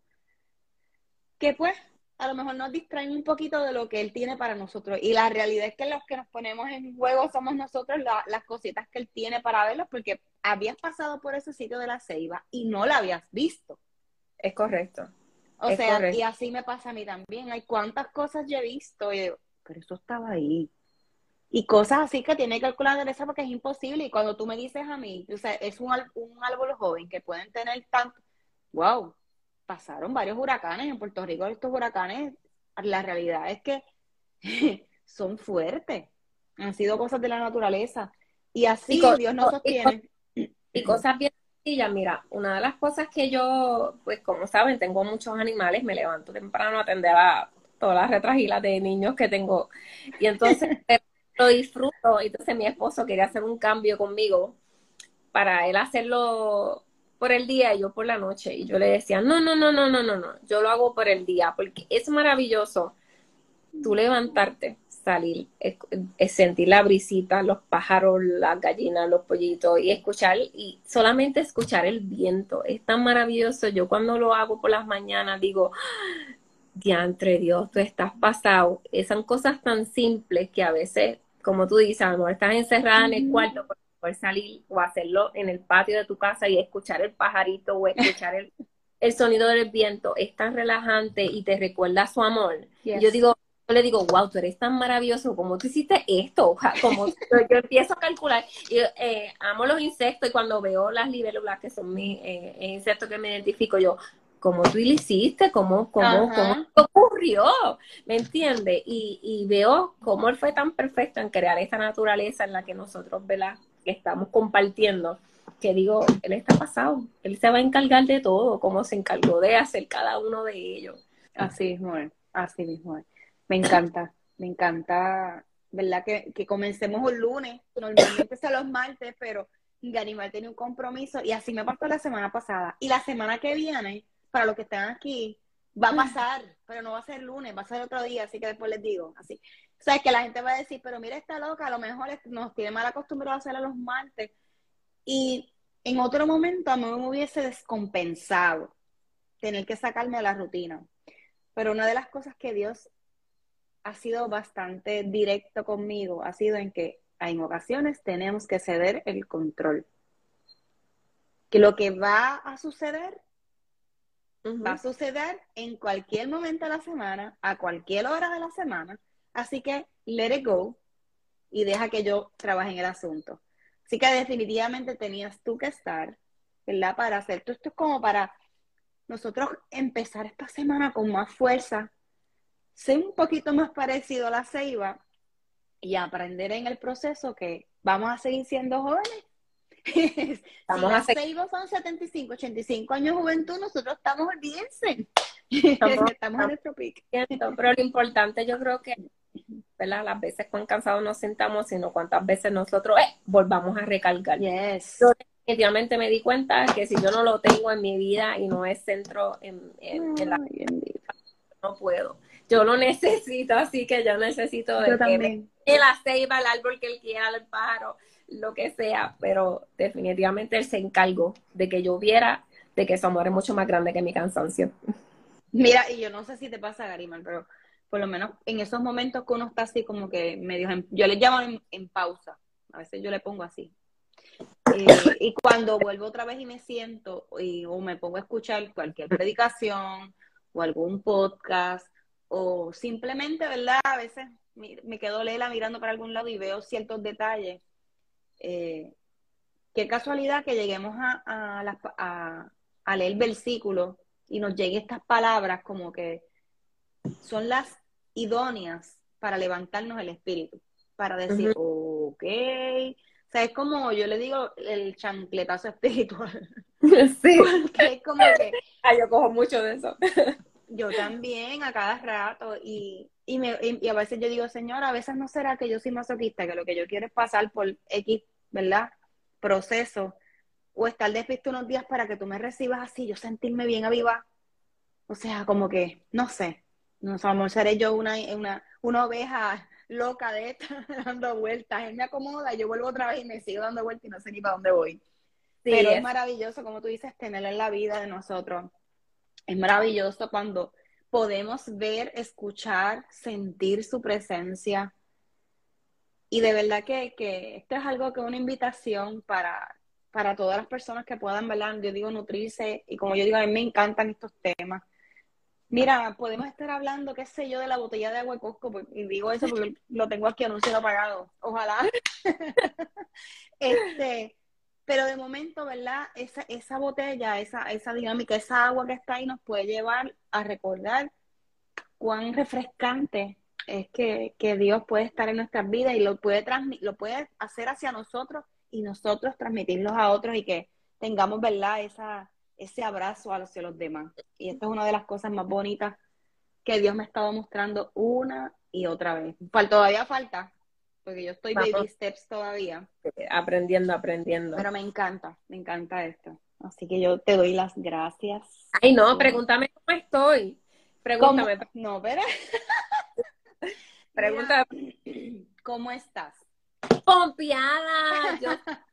que pues a lo mejor nos distraen un poquito de lo que Él tiene para nosotros. Y la realidad es que los que nos ponemos en juego somos nosotros, las cositas que Él tiene para verlos, porque habías pasado por ese sitio de la ceiba y no la habías visto. Es correcto. O Es sea, y correcto. así me pasa a mí también. Hay cuántas cosas yo he visto y digo, pero eso estaba ahí. Y cosas así que tiene que calcular la derecha porque es imposible. Y cuando tú me dices a mí, o sea, es un árbol joven que pueden tener tanto, wow, pasaron varios huracanes en Puerto Rico. Estos huracanes, la realidad es que son fuertes. Han sido cosas de la naturaleza. Y Y, así co- Dios nos y co- sostiene. y cosas bien sencillas. Mira, una de las cosas que yo, pues como saben, tengo muchos animales, me levanto temprano a atender a todas las retragilas de niños que tengo. Y entonces lo disfruto. Entonces mi esposo quería hacer un cambio conmigo para él hacerlo por el día y yo por la noche. Y yo le decía, no, no, no, no, no, no, no, yo lo hago por el día, porque es maravilloso tú levantarte, salir, sentir la brisita, los pájaros, las gallinas, los pollitos y escuchar, y solamente escuchar el viento. Es tan maravilloso. Yo cuando lo hago por las mañanas digo, diantre Dios, tú estás pasado. Son cosas tan simples que a veces, como tú dices, a lo mejor estás encerrada en el cuarto para poder salir o hacerlo en el patio de tu casa y escuchar el pajarito o escuchar el sonido del viento. Es tan relajante y te recuerda su amor. Y Yes. yo le digo, wow, tú eres tan maravilloso, ¿cómo tú hiciste esto? Como yo empiezo a calcular. Y, amo los insectos y cuando veo las libélulas, que son mis insectos que me identifico, yo, ¿cómo tú lo hiciste? ¿Cómo Ajá. ocurrió? ¿Me entiendes? Y veo cómo él fue tan perfecto en crear esta naturaleza en la que nosotros, ¿verdad?, que estamos compartiendo, que digo, él está pasado, él se va a encargar de todo, como se encargó de hacer cada uno de ellos. Así mismo es, así mismo es. Me encanta, ¿verdad? Que comencemos un lunes, normalmente son los martes, pero Ganimar tiene un compromiso y así me pasó la semana pasada. Y la semana que viene, para los que están aquí, va a pasar, pero no va a ser lunes, va a ser otro día, así que después les digo, así. O sea, que la gente va a decir, pero mira esta loca, a lo mejor nos tiene mal acostumbrado a hacer a los martes. Y en otro momento a mí me hubiese descompensado tener que sacarme de la rutina. Pero una de las cosas que Dios ha sido bastante directo conmigo ha sido en que en ocasiones tenemos que ceder el control. Que lo que va a suceder Va a suceder en cualquier momento de la semana, a cualquier hora de la semana. Así que let it go y deja que yo trabaje en el asunto. Así que definitivamente tenías tú que estar, ¿verdad? Para hacer esto. Esto es como para nosotros empezar esta semana con más fuerza, ser un poquito más parecido a la ceiba y aprender en el proceso que vamos a seguir siendo jóvenes. Si las ceibas son 75, 85 años de juventud, nosotros estamos, olvídense. Estamos en nuestro pico. Pero lo importante yo creo que, ¿verdad? Las veces cuán cansados nos sentamos, sino cuántas veces nosotros volvamos a recargar. Yes. Yo definitivamente me di cuenta que si yo no lo tengo en mi vida y no es centro en la no puedo. Yo lo necesito, así que yo necesito de que la ceiba, el árbol que él quiera, el pájaro, lo que sea, pero definitivamente él se encargó de que yo viera de que su amor es mucho más grande que mi cansancio. Mira, y yo no sé si te pasa, Garimar, pero por lo menos en esos momentos que uno está así como que medio, yo le llamo en pausa, a veces yo le pongo así. Y cuando vuelvo otra vez y me siento o me pongo a escuchar cualquier predicación o algún podcast o simplemente, ¿verdad? A veces me quedo lela mirando para algún lado y veo ciertos detalles. Qué casualidad que lleguemos a leer versículos y nos lleguen estas palabras como que son las idóneas para levantarnos el espíritu, para decir, ok, o sea, es como yo le digo el chancletazo espiritual. Sí. Porque es como que yo cojo mucho de eso. Yo también, a cada rato, y a veces yo digo, Señor, a veces no será que yo soy masoquista, que lo que yo quiero es pasar por X, ¿verdad? Proceso, o estar despierto unos días para que tú me recibas así, yo sentirme bien aviva. O sea, como que, no sé, no sé, a lo mejor seré yo una oveja loca de esta, dando vueltas. Él me acomoda, yo vuelvo otra vez y me sigo dando vueltas y no sé ni para dónde voy. Sí, pero es maravilloso, como tú dices, tenerlo en la vida de nosotros. Es maravilloso cuando podemos ver, escuchar, sentir su presencia. Y de verdad que esto es algo que es una invitación para todas las personas que puedan, ¿verdad? Yo digo, nutrirse. Y como yo digo, a mí me encantan estos temas. Mira, podemos estar hablando, qué sé yo, de la botella de agua de Costco. Y digo eso porque lo tengo aquí anuncio apagado. Ojalá. Pero de momento, ¿verdad? Esa botella, esa dinámica, esa agua que está ahí nos puede llevar a recordar cuán refrescante es que Dios puede estar en nuestras vidas y lo puede hacer hacia nosotros y nosotros transmitirlos a otros y que tengamos, ¿verdad? Ese abrazo hacia los demás. Y esta es una de las cosas más bonitas que Dios me ha estado mostrando una y otra vez. Todavía falta, porque yo estoy baby steps todavía. Aprendiendo. Pero me encanta esto. Así que yo te doy las gracias. Ay, no, pregúntame cómo estoy. Pregúntame. No, pero... Pregúntame. ¿Cómo estás? ¡Pompeada!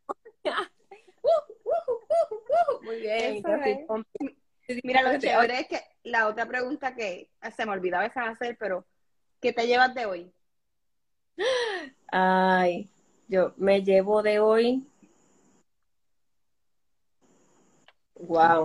Muy bien. Mira, lo chévere es que la otra pregunta que se me olvidaba esa hacer, pero ¿qué te llevas de hoy? Ay, yo me llevo de hoy. Wow.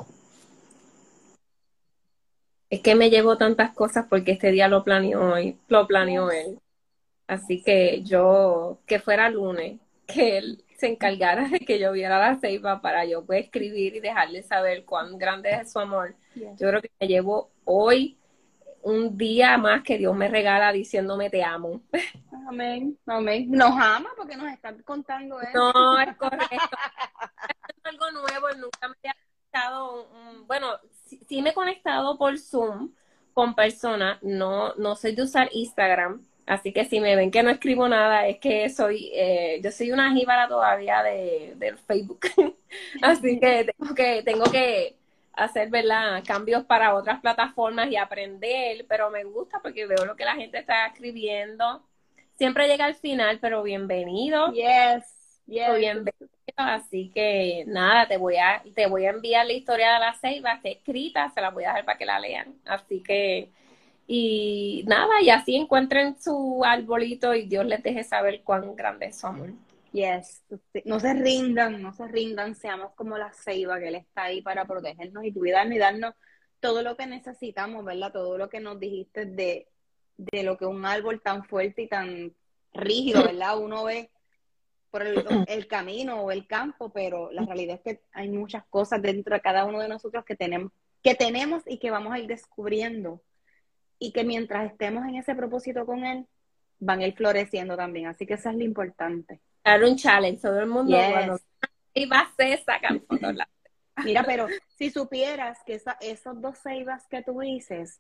Es que me llevo tantas cosas porque este día lo planeó él. Así que que fuera lunes, que él se encargara de que yo viera la ceiba para yo pues escribir y dejarle saber cuán grande es su amor. Yo creo que me llevo hoy un día más que Dios me regala diciéndome te amo. Amén. Nos ama porque nos están contando eso. No, es correcto. Es algo nuevo, nunca me había conectado, bueno, sí me he conectado por Zoom con personas, no soy de usar Instagram, así que si me ven que no escribo nada, es que yo soy una jíbara todavía del Facebook, así que tengo que hacer, ¿verdad?, cambios para otras plataformas y aprender, pero me gusta porque veo lo que la gente está escribiendo. Siempre llega al final, pero bienvenido. Yes. Bienvenido. Así que nada, te voy a enviar la historia de la ceiba, está escrita, se la voy a dejar para que la lean. Así que, y nada, y así encuentren su arbolito y Dios les deje saber cuán grande es su amor. Yes, no se rindan, seamos como la ceiba que Él está ahí para protegernos y cuidarnos y darnos todo lo que necesitamos, ¿verdad? Todo lo que nos dijiste de lo que un árbol tan fuerte y tan rígido, ¿verdad? Uno ve por el camino o el campo, pero la realidad es que hay muchas cosas dentro de cada uno de nosotros que tenemos y que vamos a ir descubriendo, y que mientras estemos en ese propósito con él, van a ir floreciendo también. Así que eso es lo importante. Dar un challenge, todo el mundo Yes. cuando va a ser, sacan fotos. Mira, pero si supieras que esos 2 ceibas que tú dices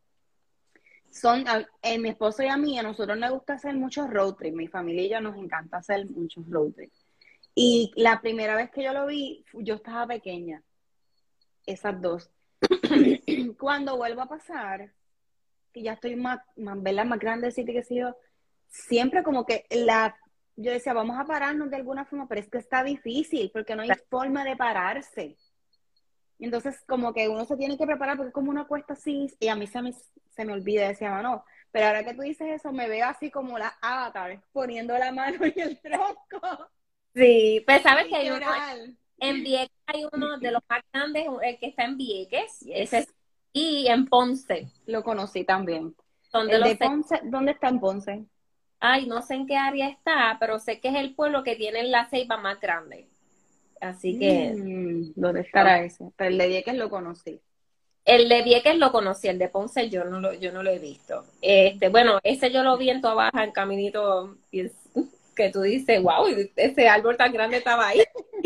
son, mi esposo y a mí, a nosotros nos gusta hacer muchos road trips, mi familia y yo nos encanta hacer muchos road trips. Y la primera vez que yo lo vi, yo estaba pequeña, esas 2. Cuando vuelvo a pasar, que ya estoy ¿verdad? Más grandecita, que sé yo, siempre como que yo decía, vamos a pararnos de alguna forma, pero es que está difícil, porque no hay forma de pararse. Entonces, como que uno se tiene que preparar, porque es como una cuesta así, y a mí se me olvida, decía, no, pero ahora que tú dices eso, me veo así como la Avatar, poniendo la mano en el tronco. Sí, pues sabes que hay uno, Literal. en Vieques hay uno de los más grandes, el que está en Vieques, ese, y en Ponce. Lo conocí también. Son de El los de Ponce, ¿dónde está en Ponce? Ay, no sé en qué área está, pero sé que es el pueblo que tiene la ceiba más grande. Así que ¿Dónde estará ese? Pero el de Vieques lo conocí. el de Vieques lo conocí, el de Ponce yo no lo he visto. Bueno, ese yo lo vi en Toa Baja, en Caminito, y que tú dices, wow, ese árbol tan grande estaba ahí.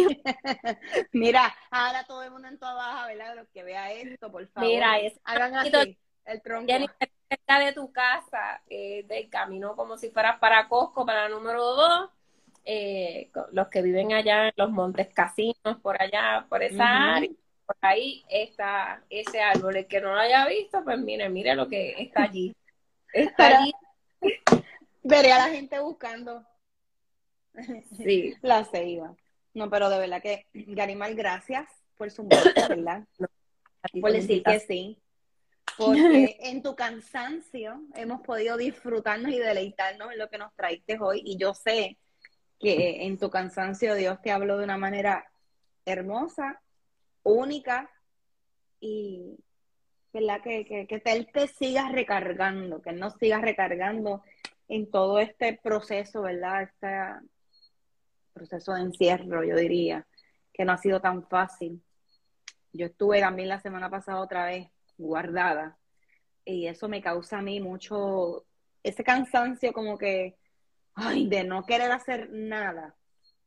Mira, ahora todo el mundo en Toa Baja, ¿verdad? Los que vea esto, por favor, Mira, hagan así, el tronco. Ya ni cerca de tu casa, del camino como si fueras para Costco, para la número 2, los que viven allá en los Montes Casinos, por allá, por esa área, por ahí está ese árbol. El que no lo haya visto, pues mire lo que está allí. Está allí. Veré a la gente buscando Sí. la ceiba. No, pero de verdad que, Garimar, gracias por sumarte, ¿verdad? Por decir que sí. Porque en tu cansancio hemos podido disfrutarnos y deleitarnos en lo que nos traíste hoy. Y yo sé que en tu cansancio Dios te habló de una manera hermosa, única, y ¿verdad? Que Él te siga recargando, que Él nos siga recargando en todo este proceso, ¿verdad? Este proceso de encierro, yo diría, que no ha sido tan fácil. Yo estuve también la semana pasada otra vez guardada, y eso me causa a mí mucho, ese cansancio como que, ay, de no querer hacer nada.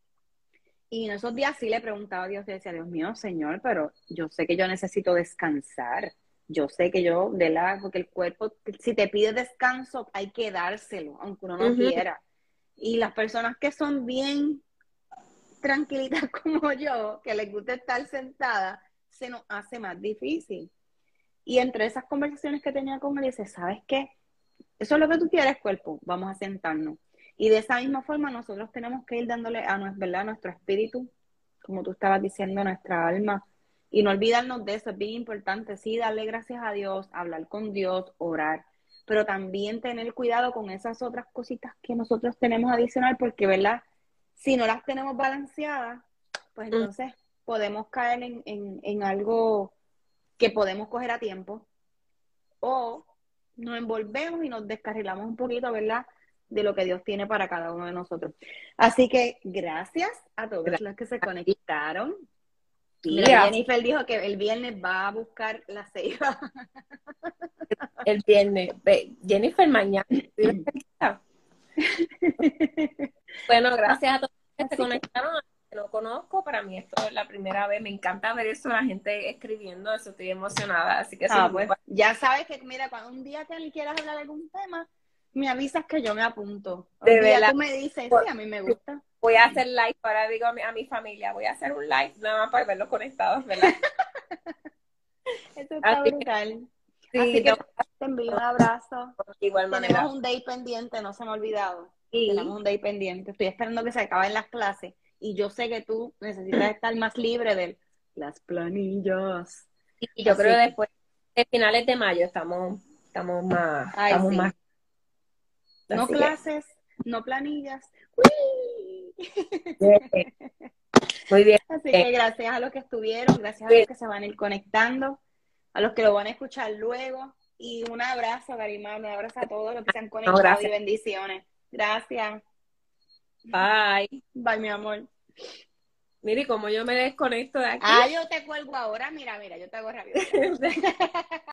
Y en esos días sí le preguntaba a Dios, y decía, Dios mío, Señor, pero yo sé que yo necesito descansar. Yo sé que yo, porque el cuerpo, si te pide descanso, hay que dárselo, aunque uno no quiera. Y las personas que son bien tranquilitas como yo, que les gusta estar sentada, se nos hace más difícil. Y entre esas conversaciones que tenía con él, dice, ¿sabes qué? Eso es lo que tú quieres, cuerpo, vamos a sentarnos. Y de esa misma forma nosotros tenemos que ir dándole ¿verdad? A nuestro espíritu, como tú estabas diciendo, a nuestra alma, y no olvidarnos de eso. Es bien importante, sí, darle gracias a Dios, hablar con Dios, orar, pero también tener cuidado con esas otras cositas que nosotros tenemos adicional, porque, ¿verdad? Si no las tenemos balanceadas, pues entonces podemos caer en algo que podemos coger a tiempo, o nos envolvemos y nos descarrilamos un poquito, ¿verdad? De lo que Dios tiene para cada uno de nosotros. Así que gracias a todos los que se conectaron. Mira, Jennifer dijo que el viernes va a buscar la ceiba. El viernes. Jennifer, mañana. Bueno, gracias a todos los que se conectaron. Que no conozco, para mí esto es la primera vez. Me encanta ver eso, la gente escribiendo eso, estoy emocionada. Así que pues, ya sabes que, mira, cuando un día que quieras hablar de algún tema, me avisas que yo me apunto. De verdad. Tú me dices, sí, a mí me gusta. Voy a hacer live, ahora digo a mi familia, voy a hacer un live nada más para verlos conectados, ¿verdad? Eso está brutal. Sí, así que te envío un abrazo. Igual manera. Tenemos un day pendiente, no se me ha olvidado. Sí. Tenemos un day pendiente. Estoy esperando que se acaben las clases. Y yo sé que tú necesitas estar más libre de las planillas. Y yo creo que después de finales de mayo estamos más. Estamos más. No clases, no planillas. Muy bien. Así que gracias a los que estuvieron, gracias a los que se van a ir conectando. a los que lo van a escuchar luego. Y un abrazo, Garimar, un abrazo a todos los que se han No, conectado y gracias. bendiciones. Gracias. Bye. Bye, mi amor. Mire, como yo me desconecto de aquí. Ah, yo te cuelgo ahora. Mira, yo te hago rápido.